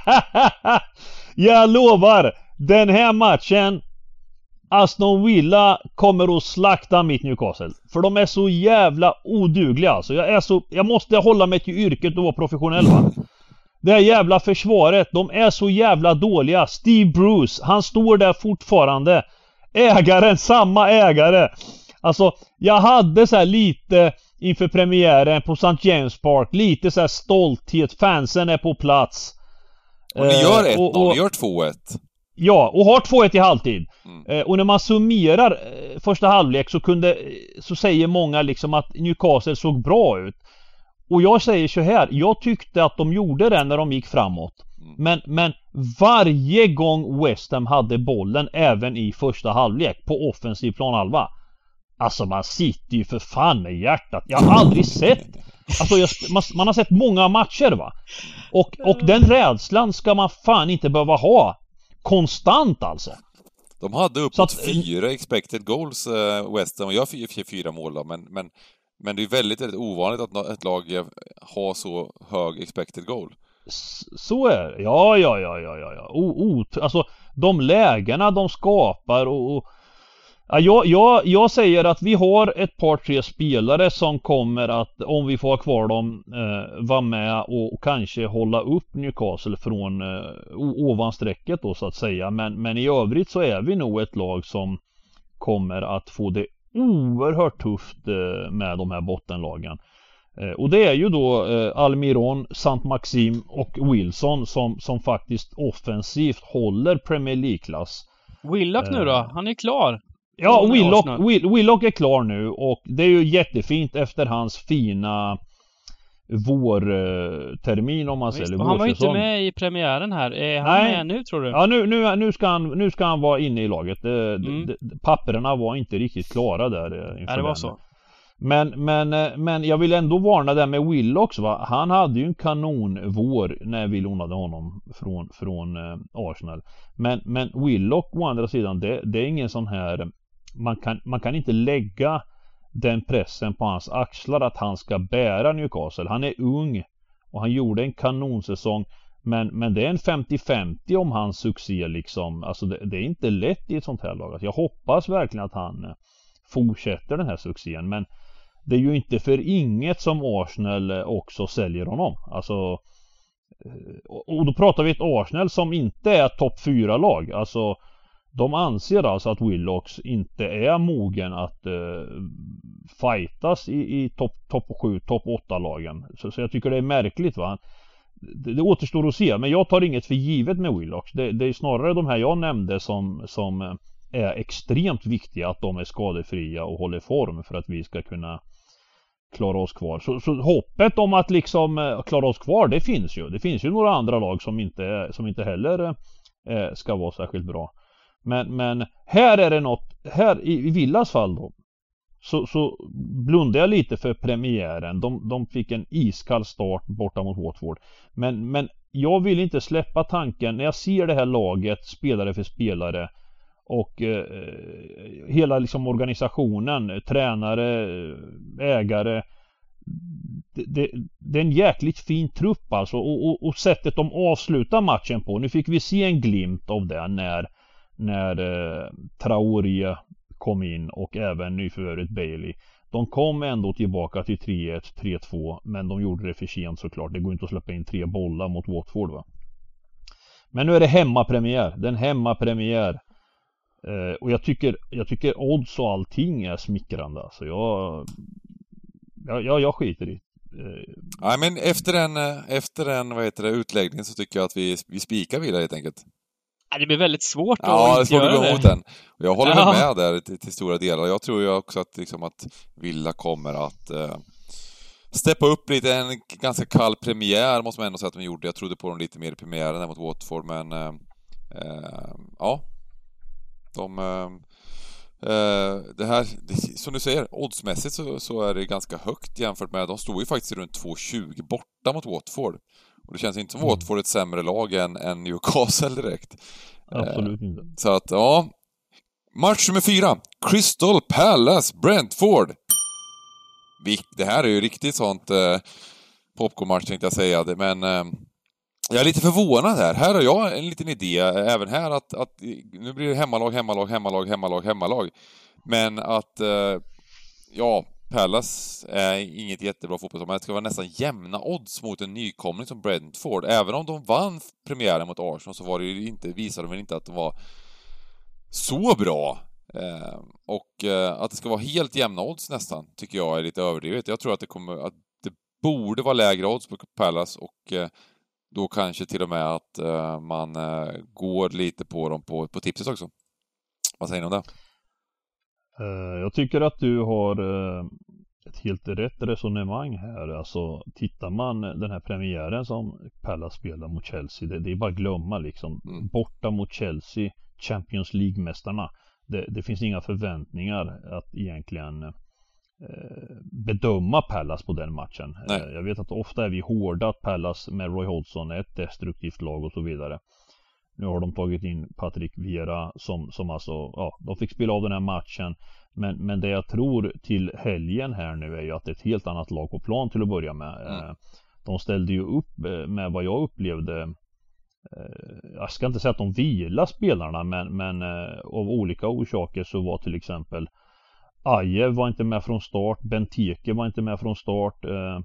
Jag lovar. Den här matchen, Aston Villa kommer att slakta mitt Newcastle. För de är så jävla odugliga alltså. Jag, är så, jag måste hålla mig till yrket och vara professionell, va? Det här jävla försvaret, de är så jävla dåliga. Steve Bruce, han står där fortfarande. Ägaren, samma ägare. Alltså, jag hade så här lite inför premiären på Saint James Park. Lite så här stolthet, fansen är på plats. Och ni gör ett och, noll, och, ni gör två ett. Ja, och har två ett i halvtid. Mm. Eh, och när man summerar eh, första halvlek så kunde så säger många liksom att Newcastle såg bra ut. Och jag säger så här, jag tyckte att de gjorde det när de gick framåt. Mm. Men, men varje gång West Ham hade bollen, även i första halvlek, på offensiv planhalva. Alltså man sitter ju för fan med hjärtat. Jag har aldrig sett. Alltså jag, man, man har sett många matcher, va. Och, och den rädslan ska man fan inte behöva ha konstant alltså. De hade uppåt att, fyra expected goals, uh, West Ham, och jag fick fyra mål då, men, men, men det är väldigt, väldigt ovanligt att ett lag har så hög expected goal. Så är det. Ja, ja, ja, ja, ja, ja. O, o, alltså de lägena de skapar och, och ja, jag, jag, jag säger att vi har ett par tre spelare som kommer att, om vi får ha kvar dem, eh, vara med och, och kanske hålla upp Newcastle från eh, ovansträcket då så att säga. Men, men i övrigt så är vi nog ett lag som kommer att få det oerhört tufft eh, med de här bottenlagen. Eh, och det är ju då eh, Almiron, Saint-Maxime och Wilson som, som faktiskt offensivt håller Premier League-klass. Willock nu då? Han är klar. Ja, Willock, Will, Willock är klar nu och det är ju jättefint efter hans fina vårtermin om man Visst, säger. Han var inte med i premiären här. Är han Nej. med nu tror du? Ja, nu, nu, nu, ska han, nu ska han vara inne i laget. Mm. Papperna var inte riktigt klara där. Ja, det var så. Men, men, men jag vill ändå varna där med Willock. Va? Han hade ju en kanonvår när vi lånade honom från, från eh, Arsenal. Men, men Willock å andra sidan, det, det är ingen sån här... Man kan, man kan inte lägga den pressen på hans axlar att han ska bära Newcastle. Han är ung och han gjorde en kanonsäsong. Men, men det är en femtio femtio om hans succé liksom. Alltså det, det är inte lätt i ett sånt här lag. Alltså jag hoppas verkligen att han fortsätter den här succén. Men det är ju inte för inget som Arsenal också säljer honom. Alltså, och då pratar vi ett Arsenal som inte är topp fyra lag. Alltså de anser alltså att Willocks inte är mogen att uh, fightas i, i topp top sju, topp åtta lagen. Så, så jag tycker det är märkligt va. Det, det återstår att se, men jag tar inget för givet med Willocks. Det, det är snarare de här jag nämnde som, som är extremt viktiga, att de är skadefria och håller form för att vi ska kunna klara oss kvar. Så, så hoppet om att liksom klara oss kvar, det finns ju. Det finns ju några andra lag som inte, som inte heller eh, ska vara särskilt bra. Men, men här är det något, här i, i Villas fall då, så, så blundar jag lite för premiären. De, de fick en iskall start borta mot Watford. Men, men jag vill inte släppa tanken när jag ser det här laget, spelare för spelare, och eh, hela liksom organisationen, tränare, ägare. Det, det, det är en jäkligt fin trupp alltså. Och, och, och sättet de avslutar matchen på. Nu fick vi se en glimt av det när när eh, Traoré kom in och även nyförvärvet Bailey. De kom ändå tillbaka till tre ett, tre två, men de gjorde det för sent såklart. Det går inte att släppa in tre bollar mot Watford va. Men nu är det hemmapremiär. Det är en hemmapremiär. Eh, och jag tycker, jag tycker odds och allting är smickrande. Alltså jag, jag, jag, jag skiter i. Eh, Nej, men efter en, efter en vad heter det, utläggning så tycker jag att vi, vi spikar vidare helt enkelt. Det blir väldigt svårt att ja, det svårt att gå det. emot den. Och jag håller ja. med där till, till stora delar. Jag tror ju också att, liksom, att Villa kommer att eh, steppa upp lite. En ganska kall premiär måste man ändå säga att de gjorde. Jag trodde på dem lite mer i premiären än mot Watford. Men eh, eh, ja, de... Eh, det här, det, som du säger, oddsmässigt så, så är det ganska högt jämfört med... De stod ju faktiskt runt två tjugo borta mot Watford. Och det känns inte som Watford ett sämre lag än, än Newcastle direkt. Absolut inte. Eh, så att, ja. Match nummer fyra. Crystal Palace, Brentford. Det här är ju riktigt sånt eh, popcornmatch tänkte jag säga. Men eh, jag är lite förvånad här. Här har jag en liten idé även här att, att nu blir det hemmalag, hemmalag, hemmalag, hemmalag, hemmalag. Men att, eh, ja... Palace är inget jättebra fotboll, men det ska vara nästan jämna odds mot en nykomling som Brentford. Även om de vann premiären mot Arsenal så var det ju inte, visade de väl inte att de var så bra. Eh, och eh, att det ska vara helt jämna odds nästan tycker jag är lite överdrivet. Jag tror att det kommer att det borde vara lägre odds på Palace och eh, då kanske till och med att eh, man eh, går lite på dem på, på tipset också. Vad säger ni om det? Jag tycker att du har ett helt rätt resonemang här. Alltså tittar man den här premiären som Palace spelar mot Chelsea, det, det är bara att glömma liksom. Mm. Borta mot Chelsea, Champions League-mästarna. Det, det finns inga förväntningar att egentligen eh, bedöma Palace på den matchen. Eh, jag vet att ofta är vi hårda att Palace med Roy Hodgson är ett destruktivt lag och så vidare. Nu har de tagit in Patrick Vieira som, som alltså, ja, de fick spela av den här matchen. Men, men det jag tror till helgen här nu är ju att det är ett helt annat lag på plan till att börja med. Mm. de ställde ju upp med vad jag upplevde. Jag ska inte säga att de vilar spelarna, men, men av olika orsaker så var till exempel Aje var inte med från start, Benteke var inte med från start. Eh,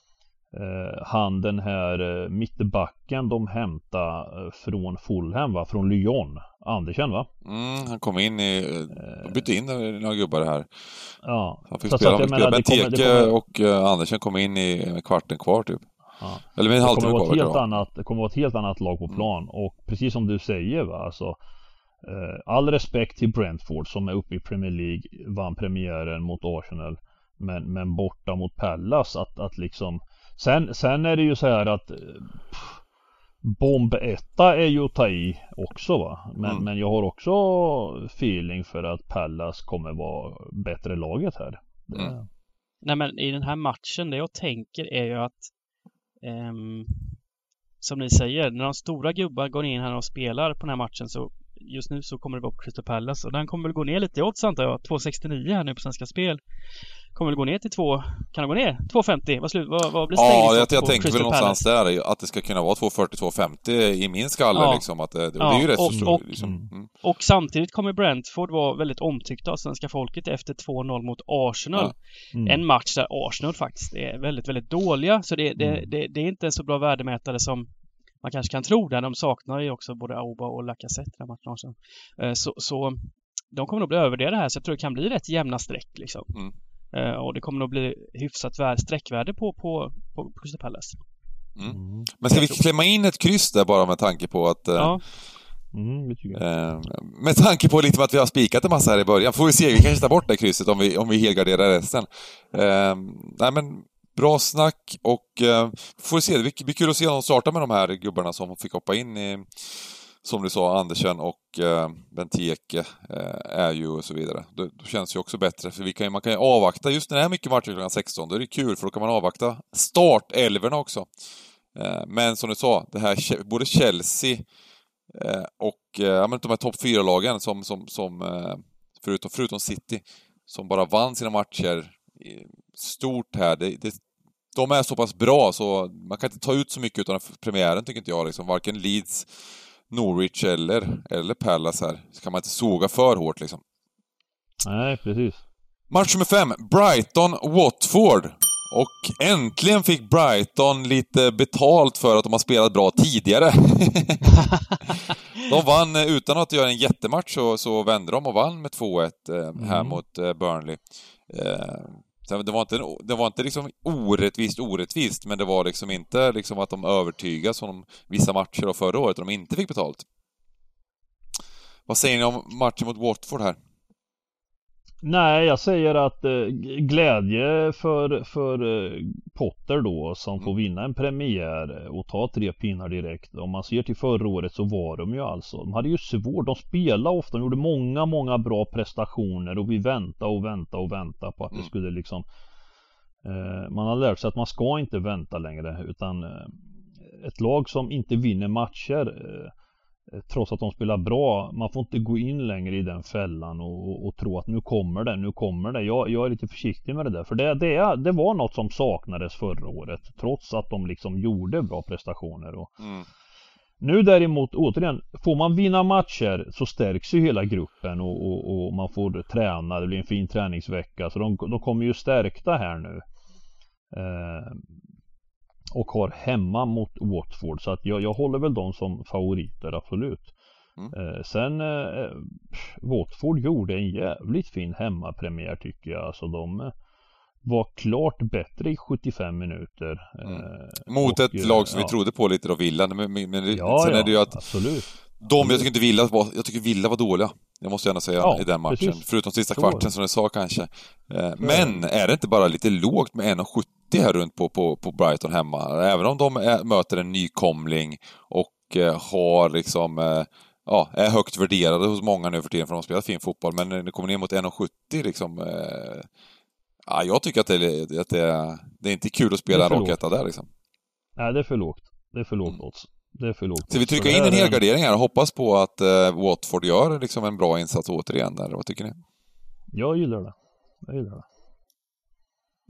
eh, han den här eh, mittbacken de hämtade från Fulham, va? Från Lyon, Andersen, va? Mm, han kom in i, de bytte in några gubbar här. Ja. Han fick så spela, så han fick spela. Benteke och uh, Andersen kom in i kvarten kvar typ. Ja. Eller med en halvtimme kvar. Helt annat, det kommer vara ett helt annat lag på plan. Mm. Och precis som du säger, va? Alltså, eh, all respekt till Brentford som är uppe i Premier League, vann premiären mot Arsenal. Men, men borta mot Pallas att, att liksom sen, sen är det ju så här att pff, bomb etta är ju att ta i också, va? Men, mm. men jag har också feeling för att Pallas kommer vara bättre laget här. Mm. Nej, men i den här matchen, det jag tänker är ju att ehm, som ni säger, när de stora gubbar går in här och spelar på den här matchen, så just nu så kommer det vara på Crystal Palace och den kommer väl gå ner lite i odds, antar jag. två sextionio här nu på Svenska Spel. Kommer väl gå ner till två, kan det gå ner? två femtio, vad, slut, vad, vad blir stängt? Ja, jag, jag tänker väl någonstans där att det ska kunna vara två fyrtio två femtio i min skalle, ja. Liksom, att det, det, ja, det är ju rätt och, så och, liksom. mm. och samtidigt kommer Brentford vara väldigt omtyckta av svenska folket efter två noll mot Arsenal. Ja. Mm. En match där Arsenal faktiskt är väldigt, väldigt dåliga, så det, det, mm. det, det är inte en så bra värdemätare som man kanske kan tro där. De saknar ju också både Auba och Lacazette den matchen också. Så, så de kommer nog bli övervärderade här, så jag tror det kan bli rätt jämna streck liksom. Mm. Uh, och det kommer nog bli hyfsat värd, sträckvärde på, på, på Crystal Palace. Mm. Men ska vi klämma in ett kryss där bara med tanke på att uh, ja. mm, uh, med tanke på lite att vi har spikat en massa här i början, får vi se, vi kanske tar bort det krysset om vi, om vi helgarderar resten. Uh, nej men bra snack och uh, får vi se, det blir kul att se dem starta med de här gubbarna som fick hoppa in i, som du sa, Andersen och eh, Benteke eh, är ju och så vidare. Då, då känns det ju också bättre, för vi kan ju, man kan ju avvakta just när det är mycket matcher klockan sexton, då är det kul för då kan man avvakta startelverna också. Eh, men som du sa, det här både Chelsea eh, och eh, ja, men de här topp fyra lagen som, som, som eh, förutom, förutom City som bara vann sina matcher stort här, det, det, de är så pass bra så man kan inte ta ut så mycket av premiären, tycker inte jag liksom. Varken Leeds, Norwich eller, eller Palace här. Så kan man inte såga för hårt liksom. Nej, precis. Match nummer fem. Brighton-Watford. Och äntligen fick Brighton lite betalt för att de har spelat bra tidigare. De vann utan att göra en jättematch, så, så vände de och vann med två ett eh, här mm. mot eh, Burnley. Eh, Det var inte, det var inte liksom orättvist orättvist, men det var liksom inte liksom att de övertygas som vissa matcher av förra året och de inte fick betalt. Vad säger ni om matchen mot Watford här? Nej, jag säger att eh, glädje för, för eh, Potter då, som mm. får vinna en premiär och ta tre pinnar direkt. Om man ser till förra året så var de ju alltså, de hade ju svårt, de spelade ofta, de gjorde många, många bra prestationer och vi väntade och väntade och väntade på att mm. det skulle liksom eh, man har lärt sig att man ska inte vänta längre, utan eh, ett lag som inte vinner matcher eh, trots att de spelar bra, man får inte gå in längre i den fällan och, och, och tro att nu kommer det, nu kommer det. Jag, jag är lite försiktig med det där, för det, det, det var något som saknades förra året, trots att de liksom gjorde bra prestationer. Och mm. Nu däremot, återigen, får man vinna matcher så stärks ju hela gruppen och, och, och man får träna, det blir en fin träningsvecka, så de, de kommer ju stärkta här nu. Eh, och har hemma mot Watford, så att jag, jag håller väl dem som favoriter, absolut. Mm. Eh, sen eh, Watford gjorde en jävligt fin hemmapremiär, tycker jag. Alltså de eh, var klart bättre i sjuttiofem minuter. Mm. Eh, Mot och, ett lag som ja. vi trodde på lite, då, Villa. Men, men, men ja, sen ja, är det ju att absolut. De, jag tycker inte Villa var, jag tycker Villa var dåliga. Jag måste gärna säga ja, i den matchen. Precis. Förutom sista så. kvarten som jag sa kanske. Eh, men är det inte bara lite lågt med en sjuttio här runt på, på, på Brighton hemma? Även om de är, möter en nykomling och eh, har liksom eh, ja, är högt värderade hos många nu för tiden för att de spelar fin fotboll. Men när det kommer ner mot en sjuttio liksom eh, ja, jag tycker att det är, att det är, det är inte kul att spela en raketta där liksom. Nej, det är för lågt. Det är för lågt mm. odds. Det är för lågt. Så vi trycker in en helgardering här och hoppas på att uh, Watford gör liksom en bra insats återigen där. Vad tycker ni? Jag gillar det. Jag gillar det. Mm.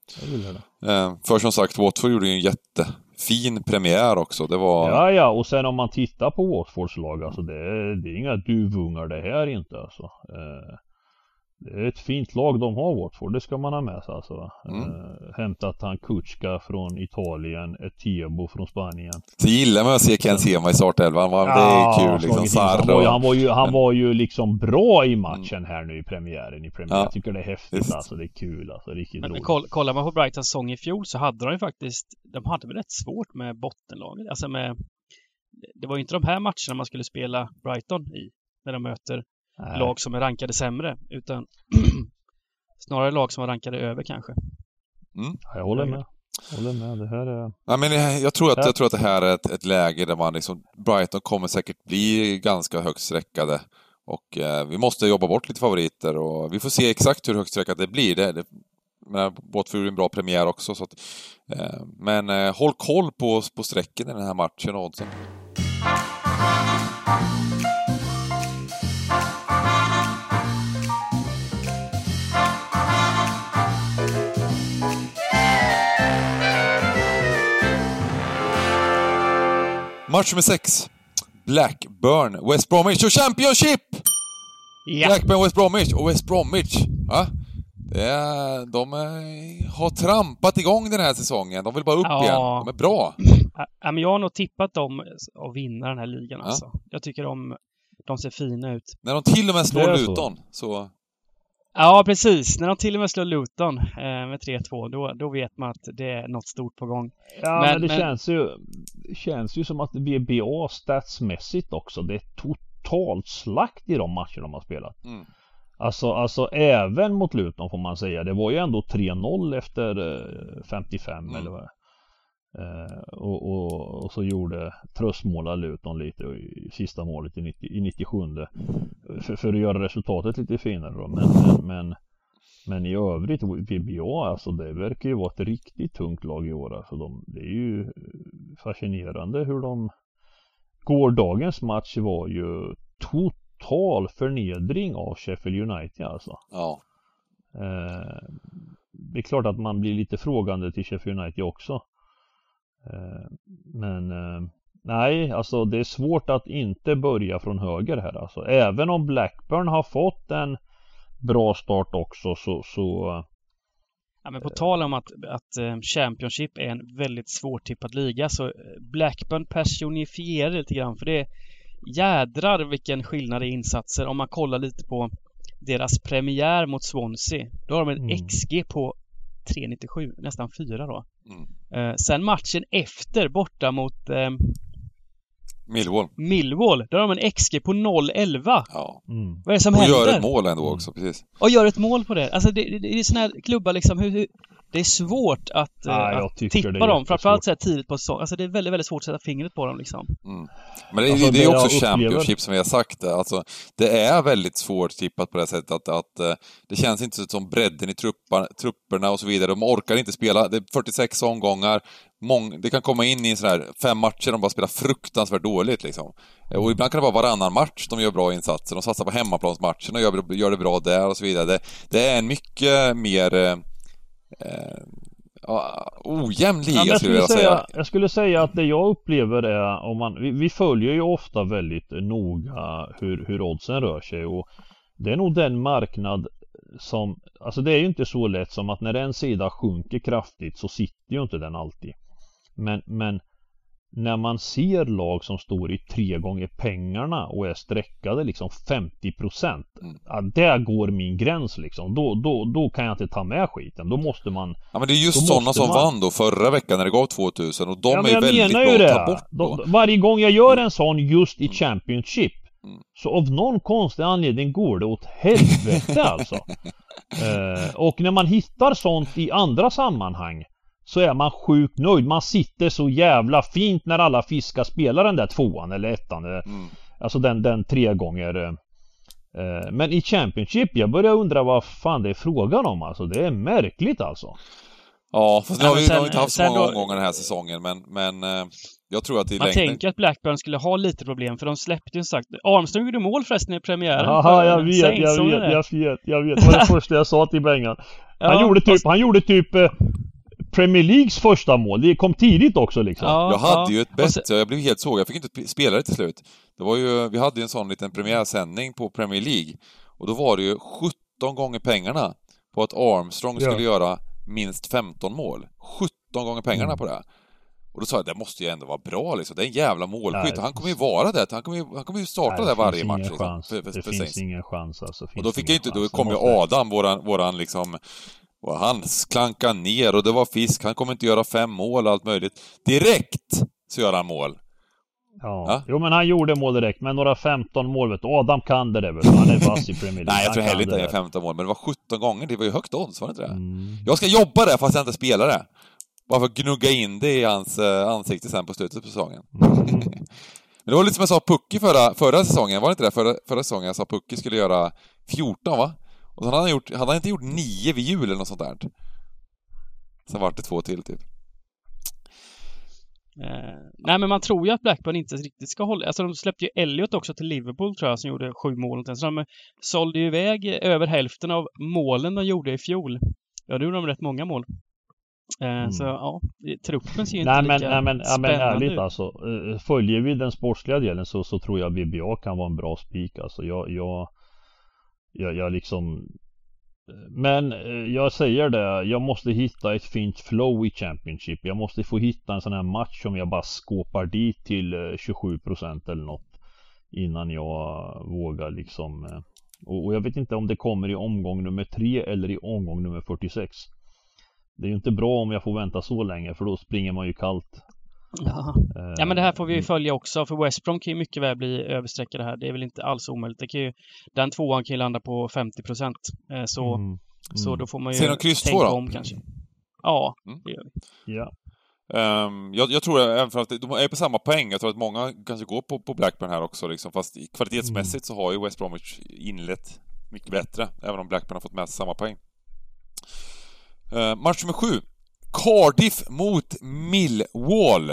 Jag gillar det. Eh, för som sagt, Watford gjorde ju en jättefin premiär också. Det var... Ja, ja, och sen om man tittar på Watfords lag, alltså det är, det är inga duvungar det här inte alltså. Eh, det är ett fint lag de har, Watford, det ska man ha med sig alltså. Mm. Eh, hämtat han Kuchka från Italien, ett Tebo från Spanien. Så gillar man att se Ken Sema i startelvan, va? Ja, det är kul liksom. Han var, ju, han, var ju, han var ju liksom bra i matchen här nu i premiären. I premiären. Ja. Jag tycker det är häftigt. Just. Alltså, det är kul alltså, riktigt men, roligt. Koll, kollar man på Brightons säsong i fjol så hade de ju faktiskt, de hade väl rätt svårt med bottenlaget. Alltså med, det var ju inte de här matcherna man skulle spela Brighton i, när de möter Nej. lag som är rankade sämre, utan snarare lag som är rankade över kanske. Mm. Jag håller med. Jag håller med. Det här är... Ja, men jag, jag, tror att, jag tror att det här är ett, ett läge där man liksom, Brighton kommer säkert bli ganska högt sträckade. Och eh, vi måste jobba bort lite favoriter. Och vi får se exakt hur högt sträckat det blir. Det, det, men Watford är en bra premiär också. Så att, eh, men eh, håll koll på, på sträcken i den här matchen. Oddsen. Match nummer sex. Blackburn, West Bromwich och Championship! Ja. Blackburn, West Bromwich och West Bromwich. Ja? Det är, de är, har trampat igång den här säsongen. De vill bara upp ja. igen. De är bra. Ja, men jag har nog tippat dem att vinna den här ligan. Ja. Alltså. Jag tycker de, de ser fina ut. När de till och med slår Luton så... så... Ja, precis. När de till och med slår Luton eh, med tre två, då, då vet man att det är något stort på gång. Ja, men, men det men... Känns, ju, känns ju som att V B A statsmässigt också, det är totalt slakt i de matcher de har spelat. Mm. Alltså, alltså även mot Luton får man säga. Det var ju ändå tre noll efter eh, femtiofem mm. eller vad. Eh, och, och, och så gjorde tröstmåla Luton lite i sista målet i, nittio, i nittiosju för, för att göra resultatet lite finare då. Men, men, men, men i övrigt V B A, alltså det verkar ju vara ett riktigt tungt lag i år. Alltså de, det är ju fascinerande hur de gårdagens match var ju total förnedring av Sheffield United alltså. Ja. Eh, det är klart att man blir lite frågande till Sheffield United också. Men nej, alltså det är svårt att inte börja från höger här alltså. Även om Blackburn har fått en bra start också så... så ja, men på tal om att, att Championship är en väldigt svårtippad liga så Blackburn personifierar lite grann, för det är jädrar vilken skillnad i insatser. Om man kollar lite på deras premiär mot Swansea, då har de en mm. X G på tre nittiosju, nästan fyra då. Mm. Eh, sen matchen efter borta mot eh, Millwall. Millwall, där har de en X G på noll elva. Ja. Mm. Vad är det som och händer? Och gör ett mål ändå också, precis. Och gör ett mål på det. Alltså det, det, det är såna här klubbar liksom, hur, hur, det är svårt att, ja, att tippa dem. Framförallt så här tidigt på säsong. Alltså det är väldigt, väldigt svårt att sätta fingret på dem liksom. Mm. Men det, alltså, det är också Championship som vi har sagt. Alltså, det är väldigt svårt tippat på det sättet att, att, att det känns inte som bredden i truppar, trupperna och så vidare. De orkar inte spela. Det är fyrtiosex omgångar. Mång, det kan komma in i sån här fem matcher de bara spelar fruktansvärt dåligt liksom. Och ibland kan det vara varannan match de gör bra insatser. De satsar på hemmaplansmatchen och gör, gör det bra där och så vidare. Det, det är en mycket mer eh, eh, ojämn liga, ja, skulle jag säga, säga. Jag skulle säga att det jag upplever är, om man, vi, vi följer ju ofta väldigt noga hur, hur oddsen rör sig, och det är nog den marknad som, alltså det är ju inte så lätt som att när en sida sjunker kraftigt så sitter ju inte den alltid. Men, men när man ser lag som står i tre gånger pengarna och är sträckade liksom femtio procent, mm. ja, där går min gräns liksom. Då, då, då kan jag inte ta med skiten. Då måste man... Ja, men det är just sådana som man... vann då förra veckan när det gav tvåtusen, och de ja, är väldigt bra att ta bort då. De, varje gång jag gör en sån just i Championship, mm. så av någon konstig anledning går det åt helvete alltså. eh, och när man hittar sånt i andra sammanhang så är man sjukt nöjd. Man sitter så jävla fint när alla fiskar spelar den där tvåan eller ettan. Mm. Alltså den, den tre gånger. Eh, men i Championship, jag börjar undra vad fan det är frågan om. Alltså det är märkligt alltså. Ja, fast nu Ja, har men vi sen- nog inte haft så sen många då- omgångar den här säsongen, men, men eh, jag tror att i Man längden... tänker att Blackburn skulle ha lite problem, för de släppte ju som sagt... Armstrong gjorde mål förresten i premiären. Jaha, för jag vet, Saints, jag såg ni vet, det? jag vet, jag vet. Det var det första jag sa till Bengan. Han Ja, gjorde typ, fast- han gjorde typ eh, Premier Leagues första mål. Det kom tidigt också liksom. Ja, Jag hade ja. ju ett Och bett, sen- så jag blev helt sågad. Jag fick inte p- spela det till slut. Det var ju, vi hade ju en sån liten premiärsändning på Premier League. Och då var det ju sjutton gånger pengarna på att Armstrong Ja. skulle göra minst femton mål. sjutton gånger pengarna Mm. på det. Och då sa jag, det måste ju ändå vara bra liksom. Det är en jävla målskytt. Nej. Och han kommer ju vara det. Han kommer ju, han kommer ju starta Nej, där det varje finns match. ingen Liksom, chans. för, för, Det för finns Saints. ingen chans alltså. Och Finns då fick ingen jag inte, då chans. kom ju måste- Adam, våran, våran liksom... Och han klankade ner och det var fisk. Han kommer inte göra fem mål och allt möjligt. Direkt så gör han mål. Ja. Ja. Jo men han gjorde mål direkt. Men några femton mål vet du. Adam kan det där vet du. Han är vass i Premier League. Nej, jag Han tror kan heller inte det är där. femton mål, men det var sjutton gånger. Det var ju högt odds, var det inte det? Mm. Jag ska jobba där fast jag inte spelar det. Bara för att gnugga in det i hans eh, ansikte sen på slutet på säsongen. Mm. Men det var lite som jag sa Pucki förra, förra säsongen, var det inte det? Förra, förra säsongen jag sa Pucki skulle göra fjorton, va? Och så hade han, gjort, hade han inte gjort nio vid jul eller något sånt där. Sen var det två till typ. Eh, nej, men man tror ju att Blackburn inte riktigt ska hålla... Alltså de släppte ju Elliot också till Liverpool tror jag, som gjorde sju mål. Så de sålde ju iväg över hälften av målen de gjorde i fjol. Ja, då gjorde de rätt många mål. Eh, Mm. Så ja, truppen ser ju inte Nej men, lika nej, men, ja, men spännande ärligt ut. alltså. eh, Följer vi den sportsliga delen så, så tror jag V B A kan vara en bra spik alltså. Jag, jag, jag, jag liksom... Men eh, jag säger det, jag måste hitta ett fint flow i Championship. Jag måste få hitta en sån här match som jag bara skåpar dit till eh, tjugosju procent eller något. Innan jag vågar liksom... eh, Och, och jag vet inte om det kommer i omgång nummer tre eller i omgång nummer fyrtiosex. Det är ju inte bra om jag får vänta så länge, för då springer man ju kallt. Ja. Eh, Ja, men det här får vi ju följa också, för West Brom kan ju mycket väl bli översträckade här. Det är väl inte alls omöjligt. Det kan ju, den tvåan kan ju landa på femtio procent. Eh, Så, Mm, så mm. då får man ju Ser de kryss två tänka då? om kanske. Ja, Mm. det gör vi. Ja. Um, jag, jag tror även för att de är på samma poäng. Jag tror att många kanske går på, på Blackburn här också. Liksom. Fast kvalitetsmässigt så har ju West Bromwich inlett mycket bättre. Även om Blackburn har fått med sig samma poäng. Uh, match nummer sju. Cardiff mot Millwall.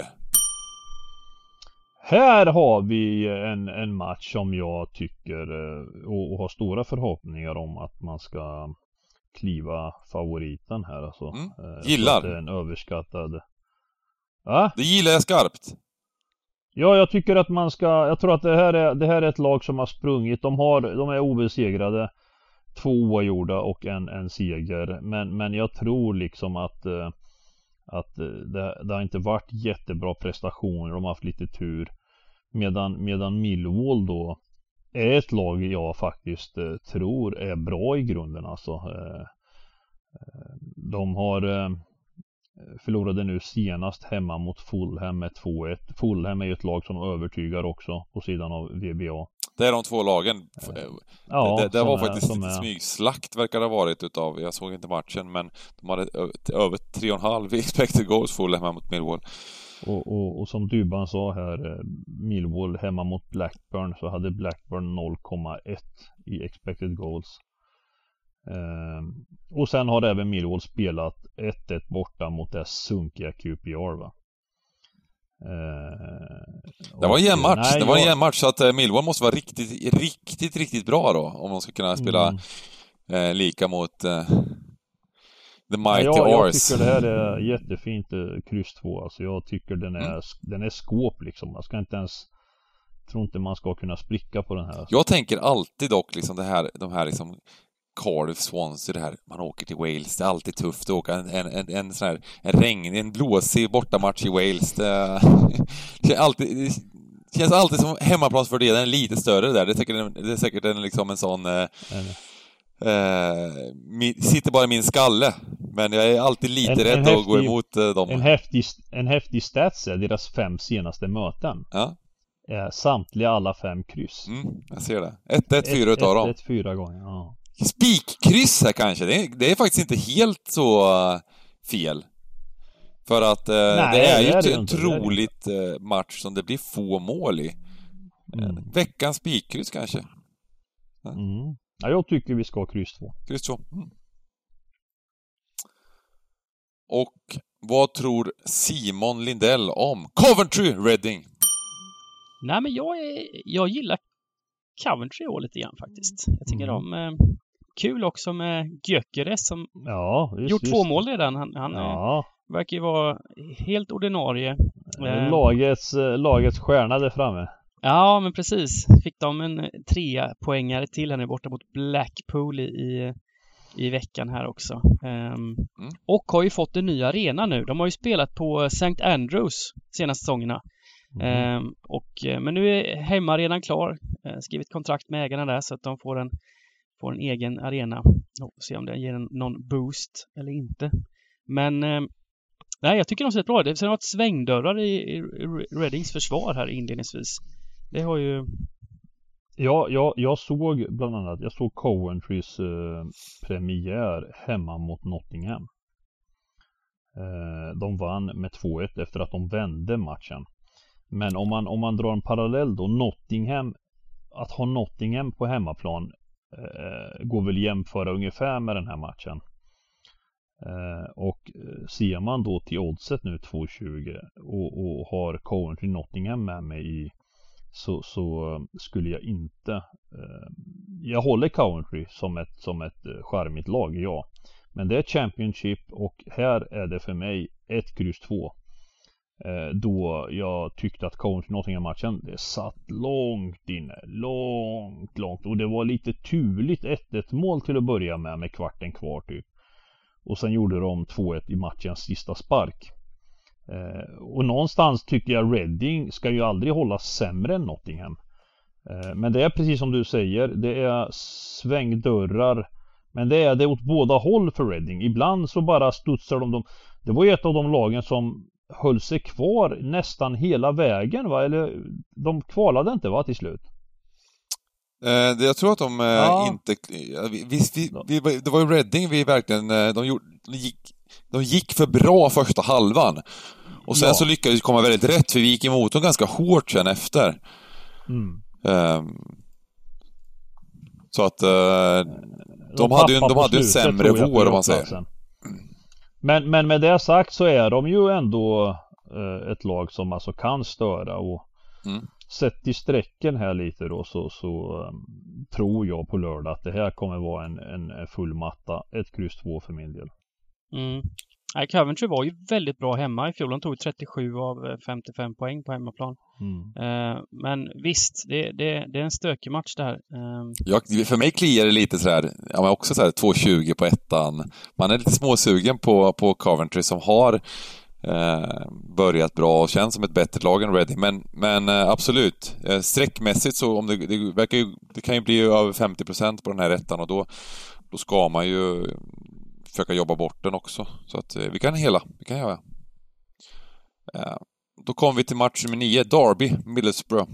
Här har vi en, en match som jag tycker eh, och, och har stora förhoppningar om att man ska kliva favoriten här alltså. Mm. Eh, jag Gillar. tror att det är en överskattad. Ja? Det gillar jag skarpt. Ja, jag tycker att man ska, jag tror att det här är, det här är ett lag som har sprungit. De har, de är obesegrade. Två oavgjorda och en, en seger. Men, men jag tror liksom att eh, att eh, det, det har inte varit jättebra prestationer. De har haft lite tur. Medan, medan Millwall då är ett lag jag faktiskt eh, tror är bra i grunden alltså. Eh, eh, de har eh, förlorade nu senast hemma mot Fulham med två ett. Fulham är ju ett lag som övertygar också på sidan av V B A. Det är de två lagen. Ja, det det som var är- faktiskt som lite är- smygslakt verkar det ha varit utav, jag såg inte matchen, men de hade ö- över tre och en halv i expected goals full hemma mot Millwall. Och, och, och som Dybban sa här, eh, Millwall hemma mot Blackburn, så hade Blackburn noll komma ett i expected goals. Ehm, och sen har även Millwall spelat ett ett borta mot det sunkiga Q P R va. Ehm, Det var en och- jämn match, nej, det var en jag- jämn match, så att eh, Millwall måste vara riktigt, riktigt, riktigt bra då, om de ska kunna spela Mm. eh, lika mot eh, The Ja, Mighty jag, jag Ars. tycker det här är jättefint eh, kryss två. Alltså jag tycker den är, Mm. den är skåp liksom. Man ska inte ens, tror inte man ska kunna spricka på den här. Jag tänker alltid dock liksom det här, de här liksom Cardiff, Swansea, det här, man åker till Wales, det är alltid tufft att åka en, en, en, en sån här, en regn, en blåsig bortamatch i Wales. Det, det, känns alltid, det känns alltid som hemmaplansfördelen är lite större där. Det är säkert en, det är säkert en, liksom en sån eh, eh, mi, sitter bara i min skalle. Men jag är alltid lite En- en rädd att gå häftig- emot eh, dem. En häftig, en häftig stats är deras fem senaste möten. Ja, Är samtliga alla fem kryss. mm, jag ser det. ett ett fyra utav dem. ett ett fyra gånger, ja. Spikkryss här kanske, det är, det är faktiskt inte helt så uh, fel. För att uh, Nej, det är ju det är det en inte, det är det otroligt uh, match som det blir få mål i. Mm. Uh, veckans spikkryss kanske. Mm. Ja, jag tycker vi ska ha kryss två. Kryss två. Mm. Och vad tror Simon Lindell om Coventry Reading? Nej, men jag, är, jag gillar Coventry år lite grann faktiskt. Jag tycker Mm. om... Eh, kul också med Gyökeres som Ja, just, gjort just. två mål redan. Han, han Ja. eh, verkar ju vara helt ordinarie. Eh, Lagets, eh, lagets stjärna där framme. Ja, men precis. Fick de en trea poängare till här nu borta mot Blackpool i, i, i veckan här också. Um, Mm. Och har ju fått en ny arena nu. De har ju spelat på Saint Andrews senaste säsongerna. Mm. Um, och, men nu är hemmaarenan klar. Uh, skrivit kontrakt med ägarna där så att de får en, får en egen arena. Och se om det ger en, någon boost eller inte. Men um, nej, jag tycker de ser rätt bra. Det har varit svängdörrar i, i, i Readings försvar här inledningsvis. Det har ju... Ja, jag, jag såg bland annat, jag såg Coventrys eh, premiär hemma mot Nottingham. Eh, de vann med två ett efter att de vände matchen. Men om man, om man drar en parallell då, Nottingham, att ha Nottingham på hemmaplan eh, går väl jämföra ungefär med den här matchen. Eh, och ser man då till oddset nu två tjugo och, och har Coventry Nottingham med mig i Så, så skulle jag inte eh, jag håller Coventry som ett, som ett eh, charmigt lag, ja. Men det är Championship och här är det för mig ett kryss två. Eh, då jag tyckte att Coventry Nottingham-matchen, det satt långt inne. Långt, långt. Och det var lite turligt ett ett mål till att börja med, med kvarten kvar typ. Och sen gjorde de två ett i matchens sista spark. Eh, och någonstans tycker jag Reading ska ju aldrig hålla sämre än Nottingham. Eh, men det är precis som du säger, det är svängdörrar, men det är det åt båda håll för Reading. Ibland så bara studsar de, de det var ju ett av de lagen som höll sig kvar nästan hela vägen, va? Eller de kvalade inte, va, till slut. Eh, det, jag tror att de eh, Ja. inte... Vi, vi, vi, vi, det var ju Reading vi verkligen... Eh, de, gjorde, de, gick, de gick för bra första halvan. Och sen Ja. så lyckades vi komma väldigt rätt, för vi gick emot dem ganska hårt sen efter. Mm. Eh, så att... Eh, de, De hade ju tappar de på hade en slutet, sämre tror jag, på vår, om man säger. jobbplatsen. Men, men med det sagt så är de ju ändå eh, ett lag som alltså kan störa och Mm. sett i sträcken här lite då så, så um, tror jag på lördag att det här kommer vara en, en, en full matta. Ett kryss två för min del. Mm. Nej, Coventry var ju väldigt bra hemma i fjol. De tog trettiosju av femtiofem poäng på hemmaplan. Mm. Eh, men visst, det, det, det är en stökig match det här. Eh, Jag, för mig kliar det lite sådär, ja, men också sådär två tjugo på ettan. Man är lite småsugen på, på Coventry som har eh, börjat bra och känns som ett bättre lag än Reading. Men, men eh, absolut, eh, sträckmässigt så om det, det, verkar ju, det kan ju bli över femtio procent på den här ettan och då, då ska man ju försöka jobba bort den också. Så att eh, vi kan hela, vi kan göra. Eh, då kommer vi till match nummer nio, Derby, Middlesbrough.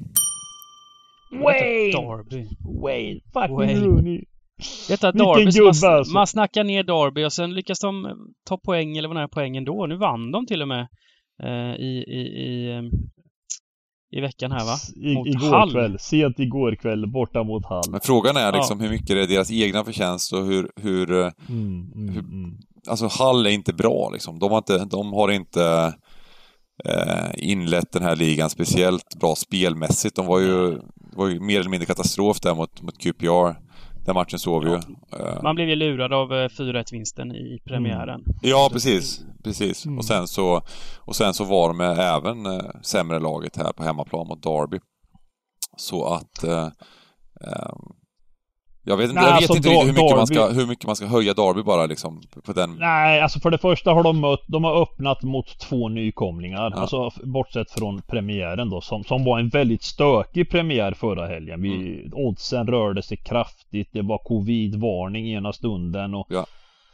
Wayne! Derby. Wayne! Fucking Wayne. Rooney! Detta Vilken Derby, gubbe, man, alltså. man snackar ner Derby och sen lyckas de ta poäng eller vad den här poängen då. Nu vann de till och med eh, i, i, i, eh, i veckan här, va? I, Mot igår Hull. kväll, sent igår kväll borta mot Hull. Men frågan är liksom hur mycket det är deras egna förtjänst och hur, hur, eh, Mm, mm, hur mm. alltså Hull är inte bra liksom. De har inte, de har inte eh, inlett den här ligan speciellt bra spelmässigt. De var ju, var ju mer eller mindre katastrof där mot, mot Q P R. Den matchen såg vi ju. Eh, Man blev ju lurad av eh, fyra ett-vinsten i premiären. ja, precis. Precis. Mm. Och, sen så, och sen så var de även eh, sämre laget här på hemmaplan mot Derby. Så att eh, eh, jag vet inte, Nej, jag vet alltså, inte riktigt hur mycket, man ska, Derby- hur mycket man ska höja Derby bara liksom på den. Nej, alltså för det första har de mött, de har öppnat mot två nykomlingar. Ja. Alltså f- bortsett från premiären då, som, som var en väldigt stökig premiär förra helgen. Vi, Mm. Oddsen rörde sig kraftigt, det var covid-varning ena stunden och Ja.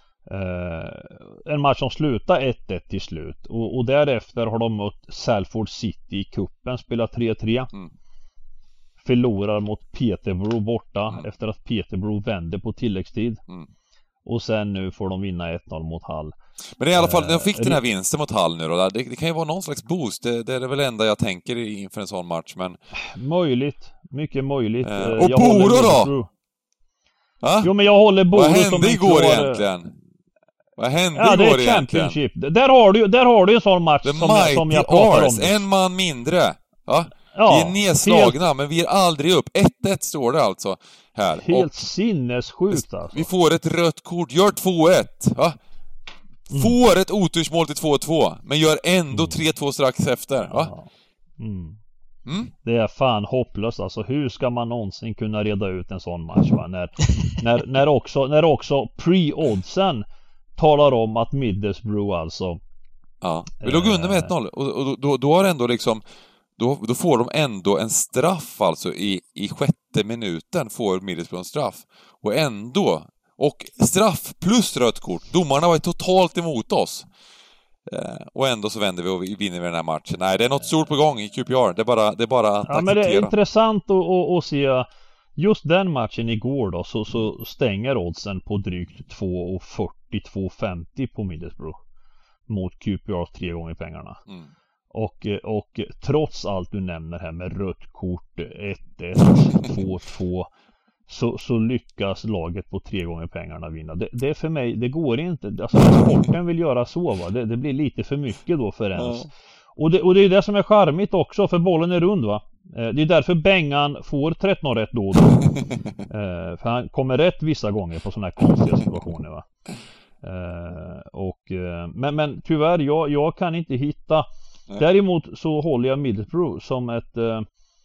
eh, en match som slutade ett ett till slut. Och, och därefter har de mött Salford City i kuppen, spelat tre tre. Mm. Förlorar mot Peterborough borta Mm. efter att Peterborough vände på tilläggstid. Mm. Och sen nu får de vinna ett noll mot Hull. Men i alla fall, när de Eh, fick den här vinsten mot Hull nu då, det, det kan ju vara någon slags boost. Det, det är det väl enda jag tänker inför en sån match, men... Möjligt, mycket möjligt. Eh, Eh, och jag håller Boro då? Middlesbrough. Va? Jo, men jag håller Boro Vad som hände en igår klar- egentligen? Vad hände Ja, det igår är Championship. Där har du, där har du en sån match som jag, som jag pratar om. En man mindre. Ja, ja, vi är nedslagna, helt, men vi är aldrig upp. ett ett står det alltså här. Helt och sinnessjukt alltså. Vi får ett rött kort, gör två ett. Ja. Får mm. ett otursmål till två två, men gör ändå mm. tre två strax efter. Ja. Mm. Mm. Det är fan hopplöst alltså. Hur ska man någonsin kunna reda ut en sån match, va? När, när, när också, när också pre-oddsen talar om att Middlesbrough alltså. Ja, vi låg under med ett noll och, och då, då har ändå liksom då, då får de ändå en straff alltså i, i sjätte minuten får Middlesbrough en straff. Och ändå, och straff plus rött kort. Domarna var totalt emot oss. Eh, och ändå så vänder vi och vi vinner med den här matchen. Nej, det är något stort på gång i Q P R. Det är bara, det är bara att ja, men det är intressant att, att, att se just den matchen igår då, så, så stänger oddsen på drygt två fyrtio till två femtio på Middlesbrough mot Q P R tre gånger pengarna. Mm. Och, och trots allt du nämner här med rött kort, ett ett, två två, så, så lyckas laget på tre gånger pengarna vinna. Det, det är för mig, det går inte. Alltså sporten vill göra så, va? Det, det blir lite för mycket då för ens. Ja. Och, det, och det är det som är charmigt också, för bollen är rund, va? Det är därför Bengan får tretton rätt då och då. eh, för han kommer rätt vissa gånger på sådana här konstiga situationer, va? Eh, och, eh, men, men tyvärr, jag, jag kan inte hitta. Nej. Däremot så håller jag Middlesbrough som ett eh,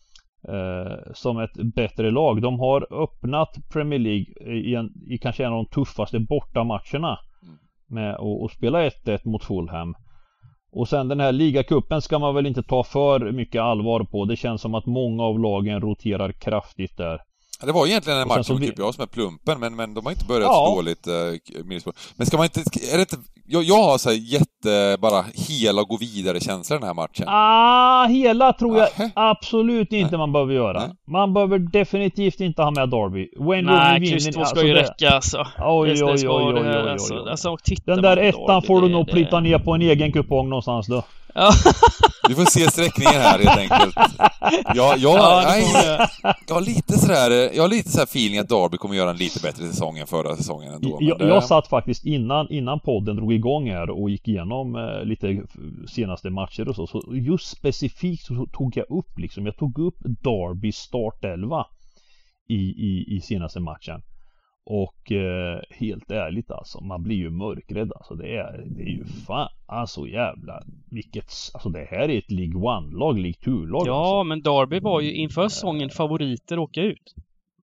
eh, som ett bättre lag. De har öppnat Premier League i, en, i kanske en av de tuffaste bortamatcherna med att, att spela ett ett mot Fulham. Och sen den här ligacupen ska man väl inte ta för mycket allvar på. Det känns som att många av lagen roterar kraftigt där. Det var egentligen en match som vi... typ jag som är plumpen, men, men de har inte börjat ja. så dåligt. Eh, men ska man inte... Är det inte jag, jag har så här jätte... bara hela och gå vidare känsla den här matchen. Ah, hela tror jag ah, absolut inte Nej. man behöver göra. Nej. Man behöver definitivt inte ha med Derby. Wayne Nej, kryss två ska ju det... räcka alltså. Oj, oj, oj, oj, oj, oj, alltså, alltså, Den där ettan Derby, får du nog det... plita ner på en egen kupong någonstans då. Ja. Du får se sträckningen här helt enkelt. Ja, jag, ja, nej, jag har lite sådär, jag har lite så här feeling att Derby kommer göra en lite bättre säsong än förra säsongen ändå. Jag, det... jag satt faktiskt innan, innan podden drog igång här och gick igenom eh, lite senaste matcher och så. Så just specifikt så tog jag upp liksom, jag tog upp Derby startelva i, i, i senaste matchen. Och eh, helt ärligt alltså, man blir ju mörkrädd alltså. Det är, det är ju fan alltså jävla vilket, alltså det här är ett League One-lag, League Two-lag. Ja, alltså. Men Derby var ju inför säsongen favoriter att åka ut.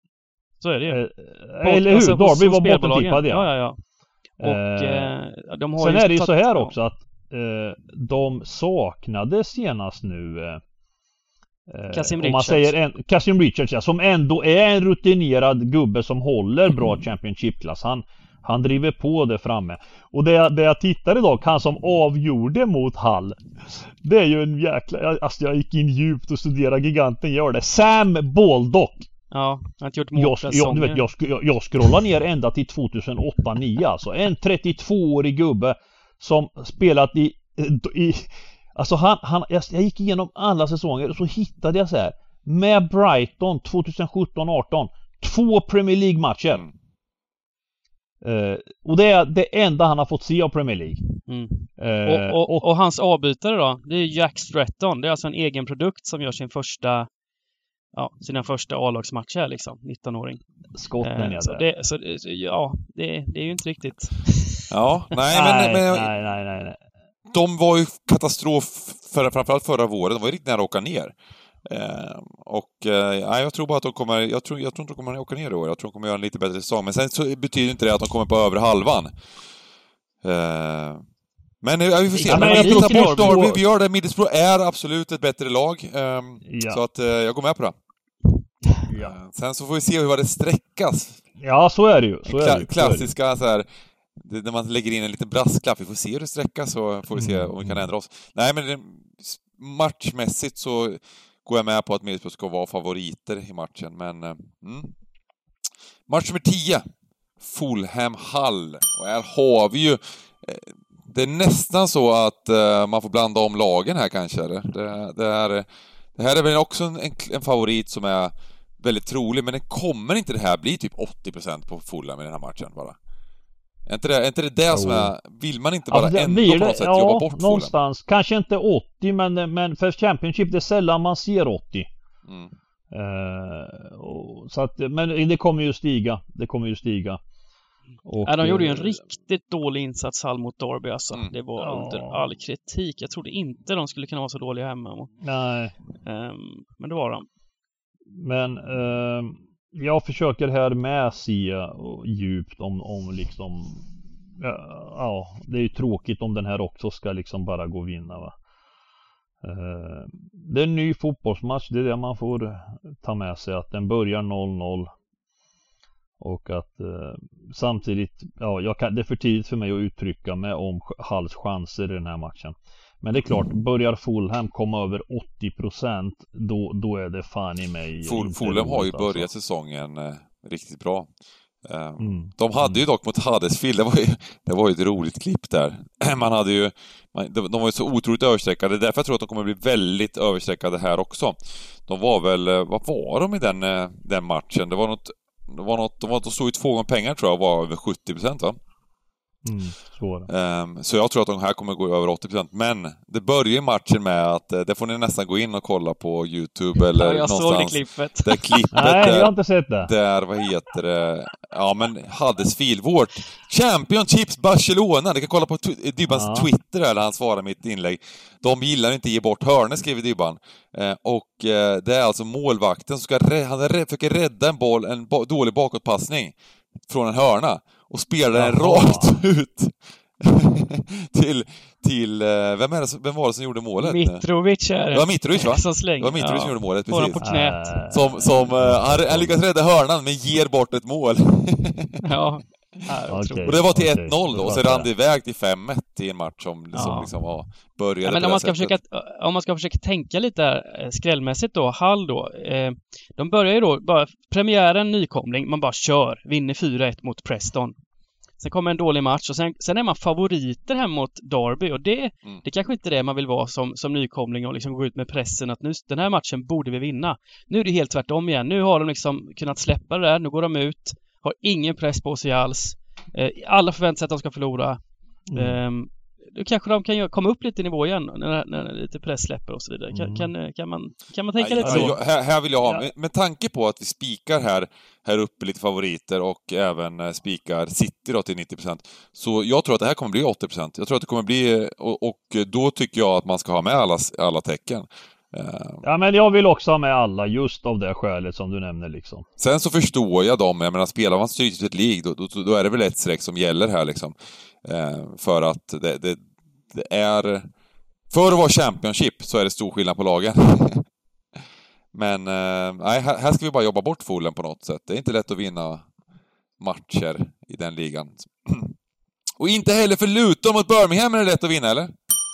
Så är det ju. Eh, eller hur? Alltså, Derby var bottentippade, ja. Ja, ja, ja. Och eh, eh, de har sen ju är det ju så här ja. också att eh, de saknade senast nu eh, Kasim om man säger en, Kasim Richards, ja, som ändå är en rutinerad gubbe som håller bra Championship-klass. Han, han driver på det framme. Och det jag, det jag tittar idag, han som avgjorde mot Hull, det är ju en jäkla... Alltså jag gick in djupt och studerade, giganten gör det. Sam Baldock. Ja, han har inte gjort mål jag, jag, du vet, jag, jag, jag scrollar ner ända till tjugohundraåtta nio alltså. En trettiotvåårig gubbe som spelat i... i Alltså han, han, jag, jag gick igenom alla säsonger och så hittade jag så här med Brighton tjugosjutton arton två Premier League-matcher. Mm. Uh, och det är det enda han har fått se av Premier League. Mm. Uh, och, och, och, och hans avbytare då, det är Jack Stratton. Det är alltså en egen produkt som gör sin första ja, sina första A-lagsmatcher liksom, nittonåring. Skotten uh, så det, så det, ja, det, det är ju inte riktigt. Ja, nej men, men nej, nej, nej, nej. De var ju katastrof för, framförallt förra våren. De var ju riktigt nära att åka ner. Eh, och eh, jag tror bara att de kommer jag tror, jag tror inte de kommer att åka ner i år. Jag tror de kommer att göra en lite bättre säsong. Men sen så betyder inte det att de kommer på över halvan. Eh, men ja, vi får se. Ja, men men vi, tar bort Derby, vi gör det. Middlesbrough är absolut ett bättre lag. Eh, ja. Så att eh, jag går med på det. Ja. Eh, sen så får vi se hur det sträckas. Ja, så är det ju. Så Kla- är det. Klassiska så här... Det, när man lägger in en liten brasklapp, vi får se hur det sträckas så får vi se om vi kan ändra oss. Nej, men det, matchmässigt så går jag med på att Middlesbrough ska vara favoriter i matchen, men mm. Match nummer tio, Fulham Hull. Och här har vi ju det är nästan så att uh, man får blanda om lagen här kanske. Eller? Det, det, är, det här är väl också en, en favorit som är väldigt trolig, men det kommer inte det här bli typ åttio procent på Fulham i den här matchen bara. Är inte det, är inte det, det som är... Vill man inte bara alltså, ändå på något sätt ja, jobba bort någonstans. Fulham? Kanske inte åttio, men, men för Championship det är sällan man ser åttio. Mm. Uh, och, så att, men det kommer ju stiga. Det kommer ju stiga. Och, ja, de gjorde ju en riktigt dålig insats Hall mot Derby alltså. Mm. Det var ja. under all kritik. Jag trodde inte de skulle kunna vara så dåliga hemma mot. Nej. Um, men det var de. Men uh, jag försöker här med se djupt om, om liksom ja, det är ju tråkigt om den här också ska liksom bara gå och vinna, va. Uh, det är en ny fotbollsmatch, det är det man får ta med sig, att den börjar noll noll och att uh, samtidigt, ja, jag kan, det är för tidigt för mig att uttrycka mig om Halls chanser i den här matchen. Men det är klart, börjar Fulham komma över åttio procent, då, då är det fan i mig. Ful, Fulham har ju börjat alltså. säsongen eh, riktigt bra. Um, mm. De hade ju dock mot Huddersfield, det var ju, det var ju ett roligt klipp där. Man hade ju, man, de, de var ju så otroligt översträckade, därför jag tror att de kommer bli väldigt översträckade här också. De var väl, vad var de i den, den matchen? Det var något, det var något, de var de stod i två gånger pengar tror jag, var över sjuttio procent, va? Mm, så, um, så jag tror att de här kommer gå över åttio procent. Men det börjar ju matchen med att uh, det får ni nästan gå in och kolla på YouTube eller ja, jag någonstans. såg det klippet. Där klippet Nej, där, jag har inte sett det. Där, vad heter det? Ja, men Huddersfield, vårt Championships Barcelona. Ni kan kolla på tw- Dybbans ja. Twitter där han svarar mitt inlägg. De gillar inte ge bort hörnor, skriver Dybban. Eh, och eh, det är alltså målvakten som ska rä- han rä- försöker rädda en boll, en ba- dålig bakåtpassning från en hörna. Och spelar den rakt ut till, till vem, är det, vem var det som gjorde målet? Mitrovic är det. Det var Mitrovic, va? Som släng. Det var Mitrovic ja. som gjorde målet, precis. Får på knät. Som, som uh, han, han lyckas rädda hörnan men ger bort ett mål. Ja. Ja, okay, och det var till okay. ett noll då, och så rann det iväg till fem ett i en match som, ja. som liksom ja, började ja, men om man, ska försöka, om man ska försöka tänka lite där, skrällmässigt då, Hall då, eh, de börjar ju då, bara premiären, nykomling, man bara kör, vinner fyra ett mot Preston. Sen kommer en dålig match och sen, sen är man favoriter här mot Derby och det, mm. det kanske inte är det man vill vara som, som nykomling och liksom gå ut med pressen att nu, den här matchen borde vi vinna. Nu är det helt tvärtom igen. Nu har de liksom kunnat släppa det där, nu går de ut, har ingen press på sig alls. Eh, alla förväntar sig att de ska förlora. Mm. Eh, då kanske de kan komma upp lite i nivå igen när, när lite press släpper och så vidare. Kan, mm. kan, kan, man, kan man tänka ja, lite alltså, så? Jag, här, här vill jag ha, ja. med, med tanke på att vi spikar här, här uppe lite favoriter och även eh, spikar City då till nittio procent. Så jag tror att det här kommer bli åttio procent. Jag tror att det kommer bli, och, och då tycker jag att man ska ha med alla, alla tecken. Ja, men jag vill också ha med alla just av det skälet som du nämner liksom. Sen så förstår jag dem, jag menar spelar man strykt ett lig då, då, då är det väl ett streck som gäller här liksom. Eh, för att det, det, det är för att vara Championship så är det stor skillnad på lagen. Men eh, nej, här, här ska vi bara jobba bort Fulham på något sätt. Det är inte lätt att vinna matcher i den ligan. Och inte heller för Luton mot Birmingham är det lätt att vinna, eller?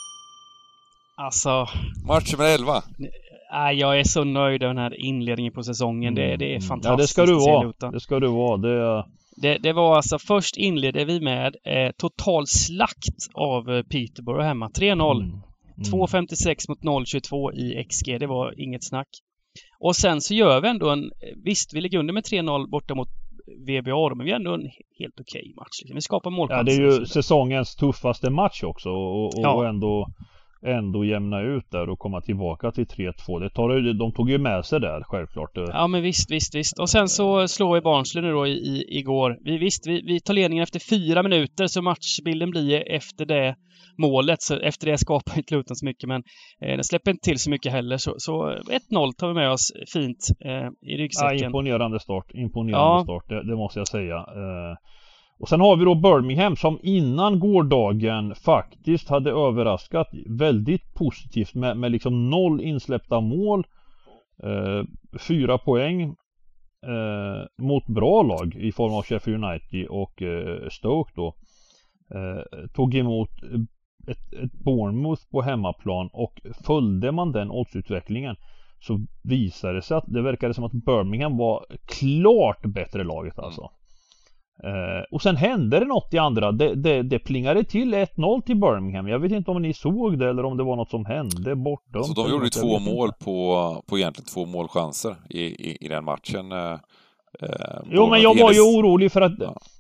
Alltså... Match nummer elva. Nej, jag är så nöjd med den här inledningen på säsongen. Det, det är fantastiskt. Ja, det ska du vara. Det ska du vara. Det... Det, det var alltså, först inledde vi med eh, total slakt av eh, Peterborough hemma. tre noll. Mm. Mm. två femtiosex mot noll tjugotvå i X G. Det var inget snack. Och sen så gör vi ändå en... Visst, vi ligger under med tre noll borta mot V B A, men vi är ändå en helt okej okay match. Liksom. Vi skapar målchanser. Ja, det är ju säsongens tuffaste match också. Och, och, ja. och ändå... ändå jämna ut där och komma tillbaka till tre två. Det tar, de tog ju med sig där, självklart. Ja, men visst, visst, visst. Och sen så slår vi Barnsley nu då i, i, igår. Vi, visst, vi, vi tar ledningen efter fyra minuter, så matchbilden blir efter det målet. Så efter det skapar inte Luton så mycket, men eh, den släpper inte till så mycket heller. Så, så ett noll tar vi med oss fint eh, i ryggsäcken. Ja, imponerande start. Imponerande ja. start, det, det måste jag säga. Eh, Och sen har vi då Birmingham som innan gårdagen faktiskt hade överraskat väldigt positivt med, med liksom noll insläppta mål, eh, fyra poäng eh, mot bra lag i form av Sheffield United och eh, Stoke då. Eh, tog emot ett, ett Bournemouth på hemmaplan, och följde man den oddsutvecklingen så visade det sig att det verkade som att Birmingham var klart bättre laget alltså. Uh, och sen hände det något i andra. Det, det, det plingade till ett noll till Birmingham. Jag vet inte om ni såg det eller om det var något som hände bortom. Så de gjorde två mål på, på egentligen två målchanser i, i, i den matchen. Uh, jo, men jag var ju orolig för att ja.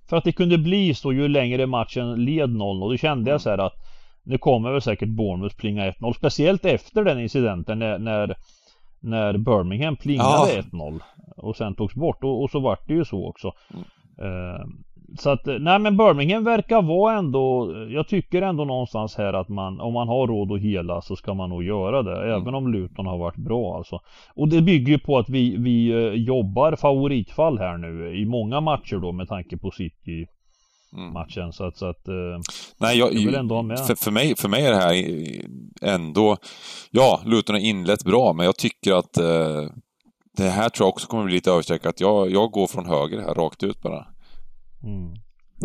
för att det kunde bli så ju längre matchen led noll noll. Då kände jag så här att nu kommer väl säkert Bournemouth plinga ett noll. Speciellt efter den incidenten när, när, när Birmingham plingade ja. ett noll och sen togs bort. Och, och så var det ju så också. Mm. Uh, så att, nej men Birmingham verkar vara ändå, jag tycker ändå någonstans här att man, om man har råd att hela så ska man nog göra det. Mm. Även om Luton har varit bra alltså. Och det bygger ju på att vi, vi jobbar favoritfall här nu i många matcher då med tanke på City. Mm. matchen så att, så att uh, nej, jag, jag vill ändå ha med. För, för, mig, för mig är det här ändå, ja, Luton har inlett bra, men jag tycker att uh, det här tror jag också kommer bli lite översträckat. Jag, jag går från höger här rakt ut bara. Mm.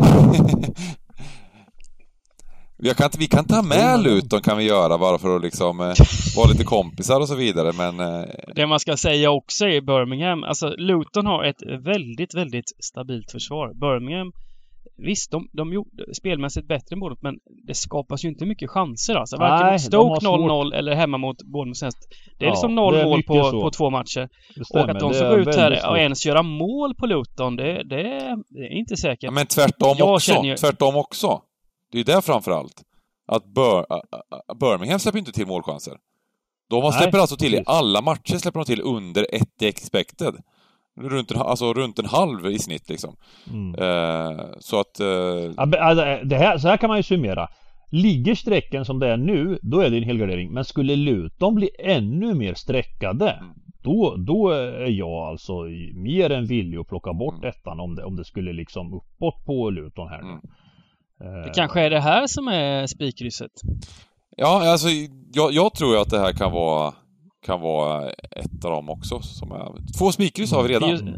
jag kan inte, vi kan ta med Luton kan vi göra bara för att liksom uh, vara lite kompisar och så vidare, men uh, det man ska säga också är Birmingham, alltså Luton har ett väldigt, väldigt stabilt försvar. Birmingham visst, de, de gjorde spelmässigt bättre än Bournemouth, men det skapas ju inte mycket chanser alltså. Varken Nej, mot Stoke noll noll eller hemma mot Bournemouth. Det är ja, liksom noll mål på, på två matcher. Stämmer, och att de ska gå ut här och ens göra mål på Luton, det, det, det är inte säkert. Ja, men tvärtom Jag också. Ju... Tvärtom också. Det är ju där framförallt. Att Bur- Birmingham släpper inte till målchanser. De har släpper Nej, alltså till i alla matcher släpper de till under ett expected. Runt en, alltså runt en halv i snitt liksom. Mm. Uh, så att... Uh... Ja, det här, så här kan man ju summera. Ligger sträcken som det är nu, då är det en helgardering. Men skulle Luton bli ännu mer sträckade, mm. då, då är jag alltså mer än villig att plocka bort mm. ettan om det, om det skulle liksom uppåt på Luton här nu. Mm. Uh... Det kanske är det här som är spikkrysset. Ja, alltså jag, jag tror ju att det här kan vara... kan vara ett av dem också som är... Två spikryss har vi redan. Just...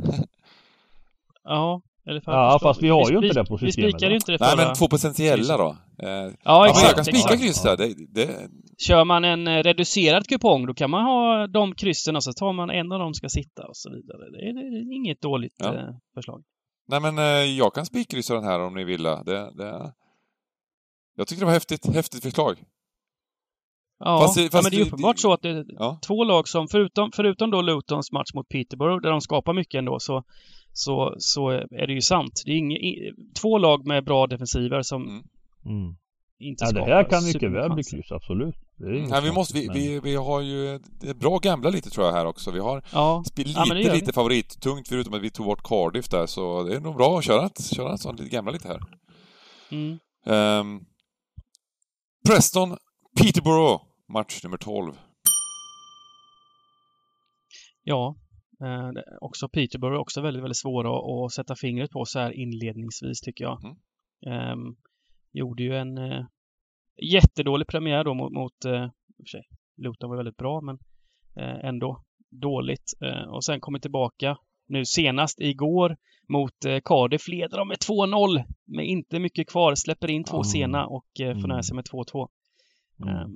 ja, eller för ja fast vi har ju vi inte det på systemet. Vi spikar ju inte det för... Nej, men två potentiella då. Eh, ja, ja, exakt. Jag kan spika kryss där. Det, det... Kör man en reducerad kupong, då kan man ha de kryssen och så tar man en av dem ska sitta och så vidare. Det är, det är inget dåligt ja. eh, förslag. Nej, men eh, jag kan spikryssa den här om ni vill. Det, det... Jag tycker det var häftigt, häftigt förslag. Ja, fast, fast ja, men det är uppenbart så att det är ja. två lag som, förutom, förutom då Lutons match mot Peterborough, där de skapar mycket ändå, så, så, så är det ju sant. Det är inga, två lag med bra defensiver som mm. inte skapar. Ja, det här kan mycket väl bli kryss, absolut. Det är ja, vi, måste, vi, vi, vi har ju det är bra gambla lite tror jag här också. Vi har ja. sp- lite, ja, lite favorittungt förutom att vi tog bort Cardiff där, så det är nog bra att köra ett, köra ett sånt lite gambla lite här. Mm. Um, Preston, Peterborough. Match nummer tolv. Ja, eh, också Peterborough är också väldigt, väldigt svåra att, att sätta fingret på så här inledningsvis tycker jag. Mm. Eh, gjorde ju en eh, jättedålig premiär då mot, mot eh, för sig, Luton var väldigt bra men eh, ändå dåligt. Eh, och sen kommer tillbaka nu senast igår mot eh, Cardiff, leder de med två noll med inte mycket kvar, släpper in två mm. sena och eh, får nära sig med två två. Mm. Eh,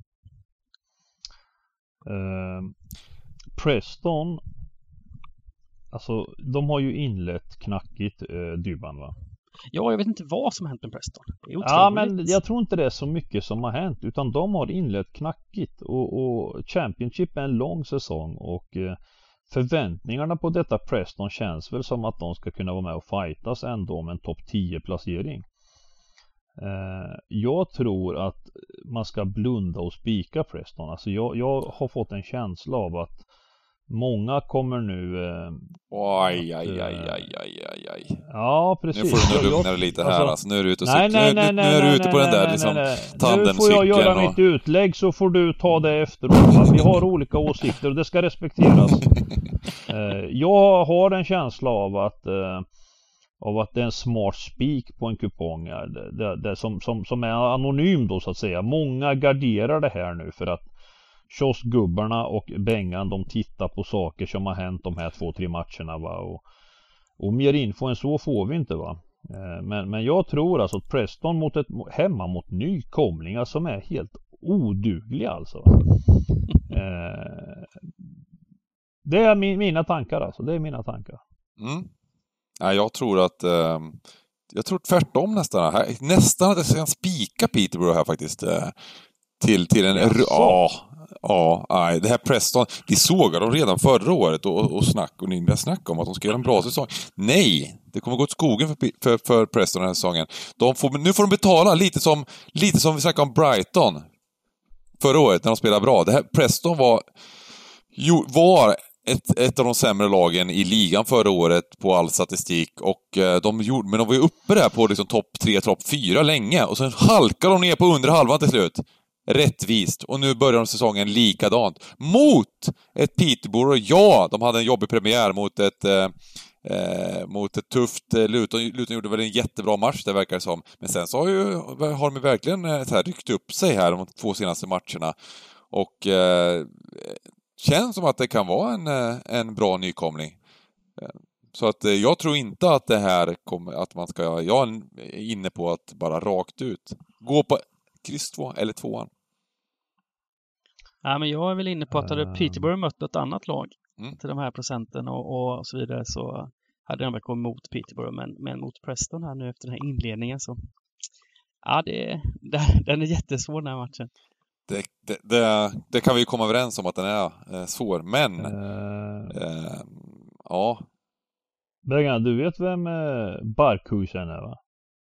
Uh, Preston, alltså de har ju inlett knackigt uh, Dybban va? Ja, jag vet inte vad som har hänt med Preston. Det är ja, men jag tror inte det är så mycket som har hänt, utan de har inlett knackigt och, och Championship är en lång säsong och uh, förväntningarna på detta Preston känns väl som att de ska kunna vara med och fightas ändå om en topp tio placering. Uh, jag tror att man ska blunda och spika Preston. Alltså jag, jag har fått en känsla av att många kommer nu uh, Oj, att, aj, aj, aj, aj, aj, aj. Ja, precis. Nu får du nog lugna dig lite här alltså, alltså, nu är du ute och nej, nej, nej, nu, nu är du ute på nej, den där nej, liksom, nej, nej. Nu får jag göra och... mitt utlägg så får du ta det efteråt. Vi har olika åsikter och det ska respekteras. uh, jag har en känsla av att uh, av att det är en smart spik på en kupong det, det, det, som, som, som är anonym då så att säga. Många garderar det här nu för att kioskgubbarna och Bengan de tittar på saker som har hänt de här två, tre matcherna va? Och, och mer info än så får vi inte va. Men, men jag tror alltså att Preston mot ett, hemma mot nykomlingar som är helt odugliga alltså. Det är min, mina tankar alltså, det är mina tankar. Mm. Ja, jag tror att eh, jag tror tvärtom nästan. Nästan att jag ska spika Peterborough här faktiskt. Eh, till, till en... Ja, Ja, nej, det här Preston, vi sågade dem redan förra året och, och snack och Ninja snack om att de ska göra en bra säsong. Nej, det kommer gå åt skogen för, för, för Preston den här säsongen. De får, nu får de betala lite som, lite som vi snackade om Brighton förra året när de spelade bra. Det här Preston var, jo, var ett, ett av de sämre lagen i ligan förra året på all statistik och eh, de gjorde, men de var ju uppe där på liksom topp tre, topp fyra länge och sen halkade de ner på under halvan till slut. Rättvist. Och nu börjar de säsongen likadant. Mot ett Peterborough. Ja, de hade en jobbig premiär mot ett eh, mot ett tufft eh, Luton. Luton gjorde väl en jättebra match, det verkar det som. Men sen så har, ju, har de verkligen eh, så här, ryckt upp sig här de två senaste matcherna. Och eh, känns som att det kan vara en, en bra nykomling. Så att eh, jag tror inte att det här kommer, att man ska, jag är inne på att bara rakt ut gå på kryss två eller tvåan. Ja, men jag är väl inne på att hade Peterborough mött ett annat lag mm. till de här procenten och, och så vidare så hade de väl kommit mot Peterborough, men, men mot Preston här nu efter den här inledningen så ja, det, det, den är jättesvår den här matchen. Det, det, det, det kan vi ju komma överens om att den är eh, svår, men uh, eh, ja. Bengan, du vet vem eh, Barkusen är, va?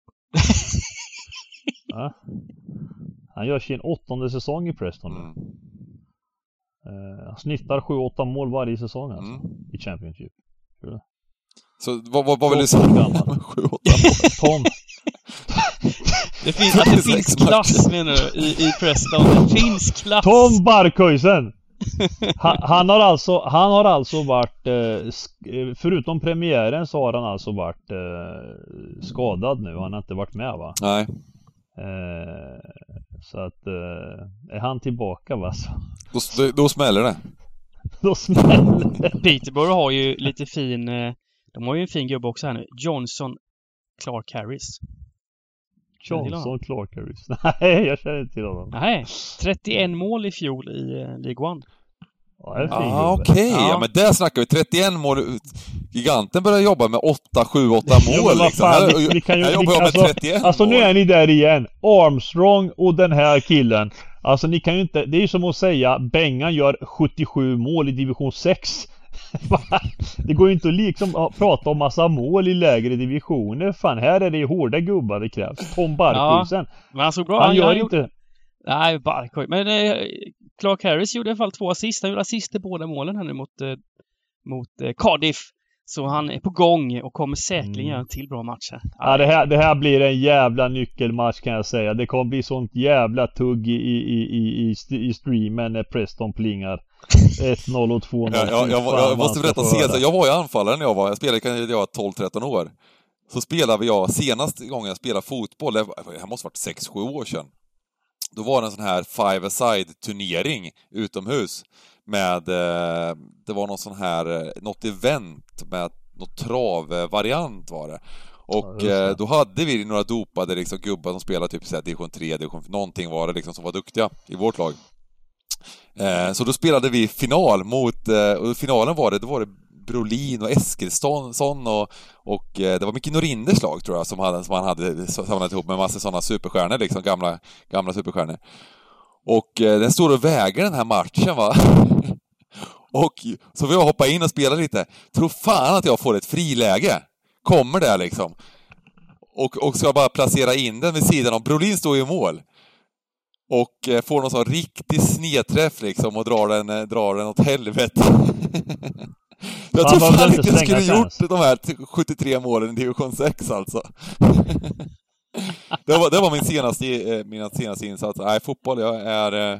Ja. Han gör sin åttonde säsong i Preston. Mm. Uh, han snittar sju åtta mål varje säsong alltså, mm. i Championship. Så vad, vad, vad vill du säga? sju åtta mål. Tom. Det finns, att det finns klass menar du, i, i Preston. Det finns klass. Tom Barkuisen. Han, han har alltså han har alltså varit eh, förutom premiären så har han alltså varit eh, skadad nu. Han har inte varit med, va? Nej. Eh, så att eh, är han tillbaka, va? Så. Då, då, då smäller det. Då smäller det. Peterborough har ju lite fin eh, de har ju en fin gubbe också här nu. Johnson Clark Harris. Johnson Clark Harris. Nej, jag känner inte till honom. Nej, trettioen mål i fjol i uh, League One. Ja, ah, okej. Okay. Ja. ja, men där snackar vi trettioen mål. Giganten börjar jobba med åtta, sju, åtta mål. Ja, liksom. Fan, här, vi, vi kan ju, här jobbar vi, jag med alltså, trettioen alltså mål. Nu är ni där igen. Armstrong och den här killen. Alltså ni kan ju inte, det är ju som att säga Bengan gör sjuttiosju mål i division sex. Det går ju inte att liksom prata om massa mål i lägre divisioner. Fan, här är det hårda gubbar det krävs. Tom Barkuisen. Ja, men han såg bra. Han, han gör han inte... Gjorde... Nej, Barkuisen. Men eh, Clark Harris gjorde i alla fall två assist. Han gjorde assist i båda målen här nu mot, eh, mot eh, Cardiff. Så han är på gång och kommer säkerligen mm. göra en till bra match här. Ja, det här, det här blir en jävla nyckelmatch kan jag säga. Det kommer bli sånt jävla tugg i, i, i, i, i streamen när Preston plingar. ett noll och två noll. Ja, jag, jag, jag, jag måste berätta senast. Jag var ju anfallare när jag var. Jag spelade kanske jag var tolv tretton år. Så spelade jag senast gången jag spelade fotboll. Det här måste varit sex sju år sedan. Då var det en sån här five-a-side turnering utomhus. Med, det var någon sån här, något event med något travvariant var det. Och ja, då hade vi några dopade liksom, gubbar som spelade typ så här, division tre, division, någonting var det liksom som var duktiga i vårt lag. Eh, så då spelade vi final mot, eh, och finalen var det, då var det Brolin och Eskilsson och, och eh, det var mycket Norinders lag tror jag som, hade, som han hade samlat ihop med en massa sådana superstjärnor, liksom gamla, gamla superstjärnor. Och eh, den står och väger den här matchen, va? Och så vill jag hoppa in och spela lite. Tror fan att jag får ett friläge. Kommer där liksom. Och, och ska bara placera in den vid sidan om. Brolin står i mål. Och eh, får någon sån riktig snedträff liksom och drar den, eh, drar den åt helvete. Jag tror fan inte jag skulle gjort de här sjuttiotre målen i division sex alltså. det, var, det var min senaste, eh, mina senaste insats. Nej, fotboll, jag är... Eh,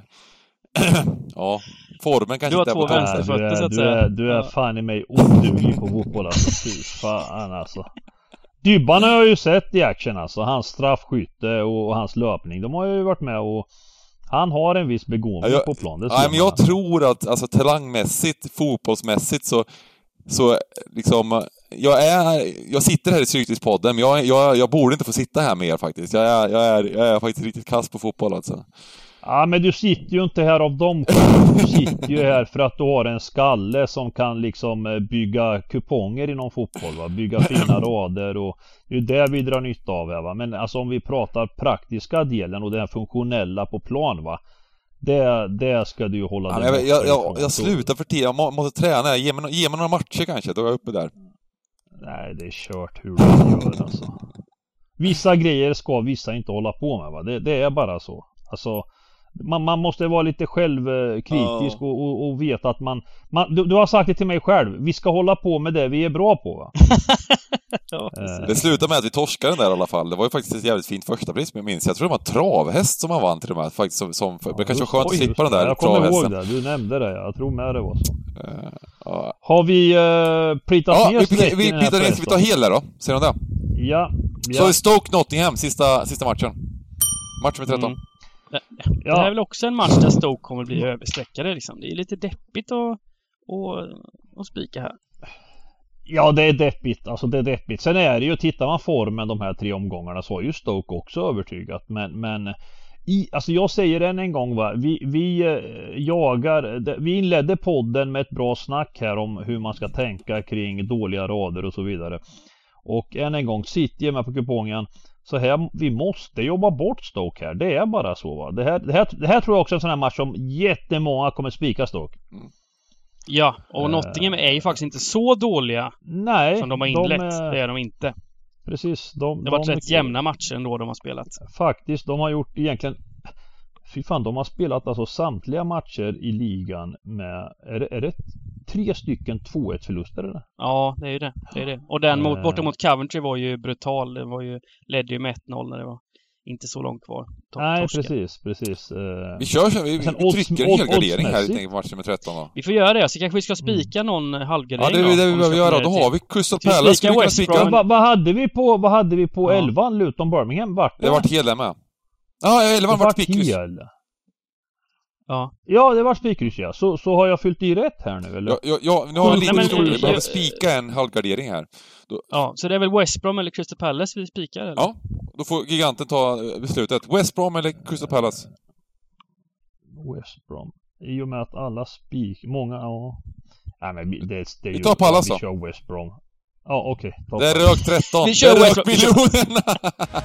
ja, formen kanske inte är på vänsterfötter så att säga. Du är, du är fan i mig oduglig på fotboll alltså. Fy fan alltså. Dybban har jag ju sett i action alltså. Hans straffskytte och, och hans löpning. De har ju varit med och han har en viss begåvning ja, på plan. Nej, men jag tror att alltså, talangmässigt, fotbollsmässigt så, så liksom jag är jag sitter här i Stryktipspodden, men jag, jag, jag borde inte få sitta här med er faktiskt. Jag är, jag är, jag är faktiskt riktigt kass på fotboll alltså. Ja, men du sitter ju inte här av dem. Du sitter ju här för att du har en skalle som kan liksom bygga kuponger inom fotboll, va? Bygga fina rader och det är det vi drar nytta av här, va? Men alltså om vi pratar praktiska delen och den funktionella på plan, va? Det, det ska du ju hålla ja, dig jag, jag, jag, ifrån. jag slutar för tid, jag må, måste träna. Ge mig, ge mig några matcher kanske, då är jag uppe där. Nej, det är kört hur du gör alltså. Vissa grejer ska vissa inte hålla på med, va? Det, det är bara så. Alltså, man, man måste vara lite självkritisk oh. och, och, och veta att man... man du, du har sagt det till mig själv. Vi ska hålla på med det vi är bra på, va? Ja, eh. Det slutade med att vi torskade den där i alla fall. Det var ju faktiskt ett jävligt fint första pris, men jag minns. Jag tror det var en travhäst som man vann till och med. Faktiskt som, som, Ja, det kanske var skönt att oj, slippa den där jag kommer travhästen. ihåg det, du nämnde det. Jag tror med det var så. Uh, uh. Har vi uh, plitat ja, ner vi, streck vi, i den här plitar ner, ska vi ta hela då? Ser du det? Ja, ja. Så är Stoke Nottingham, sista, sista matchen. Match med tretton. Mm. Det, det här är väl också en match där Stoke kommer bli översträckade liksom. Det är lite deppigt att och, och spika här. Ja, det är deppigt. Alltså det är deppigt. Sen är det ju, tittar man formen de här tre omgångarna så är ju Stoke också övertygat. Men, men i, alltså jag säger än en gång, va. Vi, vi jagar, vi inledde podden med ett bra snack här om hur man ska tänka kring dåliga rader och så vidare. Och än en gång, City är med på kupongen. Så här, vi måste jobba bort Stoke här. Det är bara så, va. Det här, det här, det här tror jag också är en sån här match som jättemånga kommer spika Stoke. Mm. Ja, och Nottingham är ju faktiskt inte så dåliga. Nej, som de har inlett. De är... Det är de inte. Precis. De, det har varit de... rätt jämna matcher ändå de har spelat. Faktiskt, de har gjort egentligen... Fy fan, de har spelat alltså samtliga matcher i ligan med... Är det, är det tre stycken två ett förluster eller? Ja, det är ju det. det, är det. Och den mot, borta mot Coventry var ju brutal. Det var ju, ledde ju med ett noll när det var inte så långt kvar. Nej, torsken. precis, precis. Uh... Vi kör så, vi, vi trycker en hel gardering här i matchen med tretton då. Vi får göra det, så kanske vi ska spika mm. någon halvgardering. Ja, det är det vi behöver göra. Då har vi Crystal Palace. Ska vi kunna spika? Ja, vad, vad hade vi på, vad hade vi på ja. elvan Luton Birmingham? Vart det? Det vart hel där med. Ja, elvan vart spikryss. Ja. Ja, det var spikryss, ja. Så, så har jag fyllt i rätt här nu, eller? Ja, ja, ja nu har vi lite stor. Vi behöver spika en halvgardering här. Då... Ja, så det är väl West Brom eller Crystal Palace vi spikar, eller? Ja, då får giganten ta beslutet. West Brom eller Crystal Palace? West Brom. I och med att alla spik... Många, ja... Nej, men det, det, det är vi tar Palace då. Vi kör West Brom. Ja, okej. Okay, det är rök tretton. Vi kör West Brom. Miljonerna.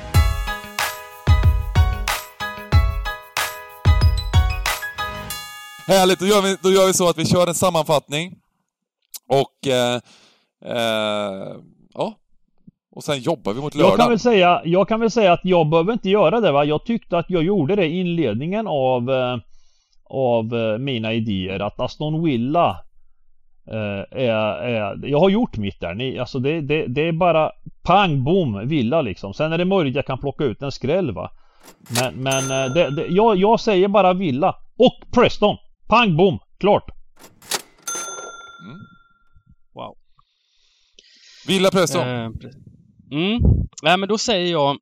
Härligt, då gör, vi, då gör vi så att vi kör en sammanfattning. Och eh, eh, ja, och sen jobbar vi mot lördag. Jag kan väl säga, jag kan väl säga att jag behöver inte göra det, va. Jag tyckte att jag gjorde det i inledningen av eh, av eh, mina idéer att Aston Villa eh, är, är jag har gjort mitt där. Ni, alltså det, det, det är bara pang bom Villa liksom. Sen är det möjligt jag kan plocka ut en skräll, va. Men men det, det, jag jag säger bara Villa och Preston. Pang bom, klart. Mm. Wow. Villa Preston. Eh, mm. Nej, men då säger jag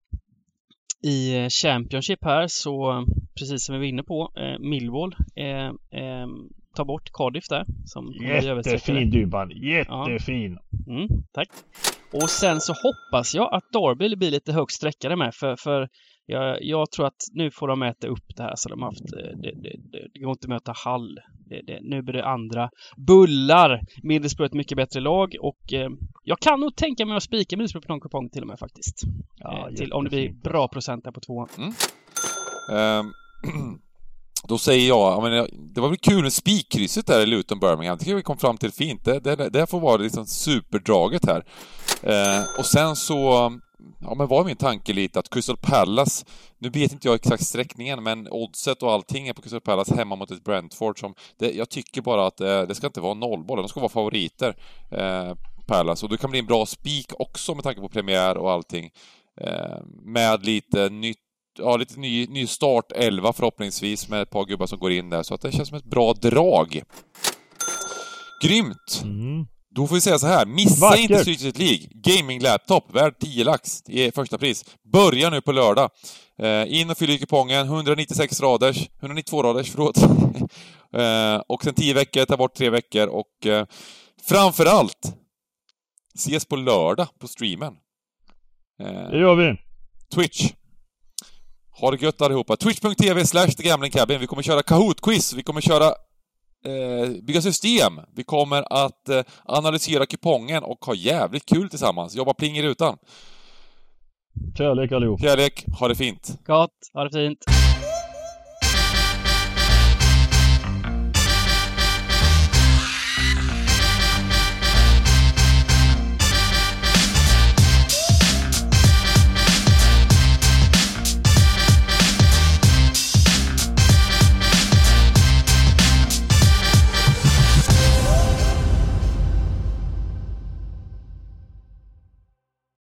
i Championship här, så precis som vi var inne på, eh, Millwall eh, eh, tar bort Cardiff där som jättefin Dybban, jättefin. Ja. Mm, tack. Och sen så hoppas jag att Derby blir lite högt sträckade med, för, för jag, jag tror att nu får de äta upp det här så de har haft, det, det, det, det går inte att möta Hall. Det, det, nu blir det andra bullar. Middlesbrough är ett mycket bättre lag, och eh, jag kan nog tänka mig att spika Middlesbrough på någon kupong till och med faktiskt. Ja, eh, till, om det blir bra procent där på två. Mm. Um, då säger jag, jag menar, det var väl kul med spikkrysset där i Luton Birmingham. Det tycker vi kom fram till fint. Det, det, det får vara liksom superdraget här. Uh, och sen så, ja, men var min tanke lite att Crystal Palace, nu vet inte jag exakt sträckningen, men oddset och allting är på Crystal Palace hemma mot ett Brentford som, det, jag tycker bara att eh, det ska inte vara nollboll, de ska vara favoriter, eh, Palace, och det kan bli en bra spik också med tanke på premiär och allting, eh, med lite nytt, ja, lite ny, ny start elva förhoppningsvis med ett par gubbar som går in där, så att det känns som ett bra drag. Grymt! Mm. Då får vi säga så här, missa Vackert. inte Street League. Gaming laptop, värd tio lax i första pris. Börja nu på lördag. Eh, in och fyll i kupongen, etthundranittiosex raders, etthundranittiotvå raders, förlåt. eh, och sen tio veckor, ta bort tre veckor. Och eh, framförallt, ses på lördag på streamen. Eh, det gör vi. Twitch. Ha det gött allihopa. Twitch.tv slash The Gambling Cabin. Vi kommer köra Kahoot-quiz. Vi kommer köra Eh, bygga system. Vi kommer att eh, analysera kupongen och ha jävligt kul tillsammans. Jobba pling i rutan. Kärlek allihop. Kärlek, ha det fint. Gott, ha det fint.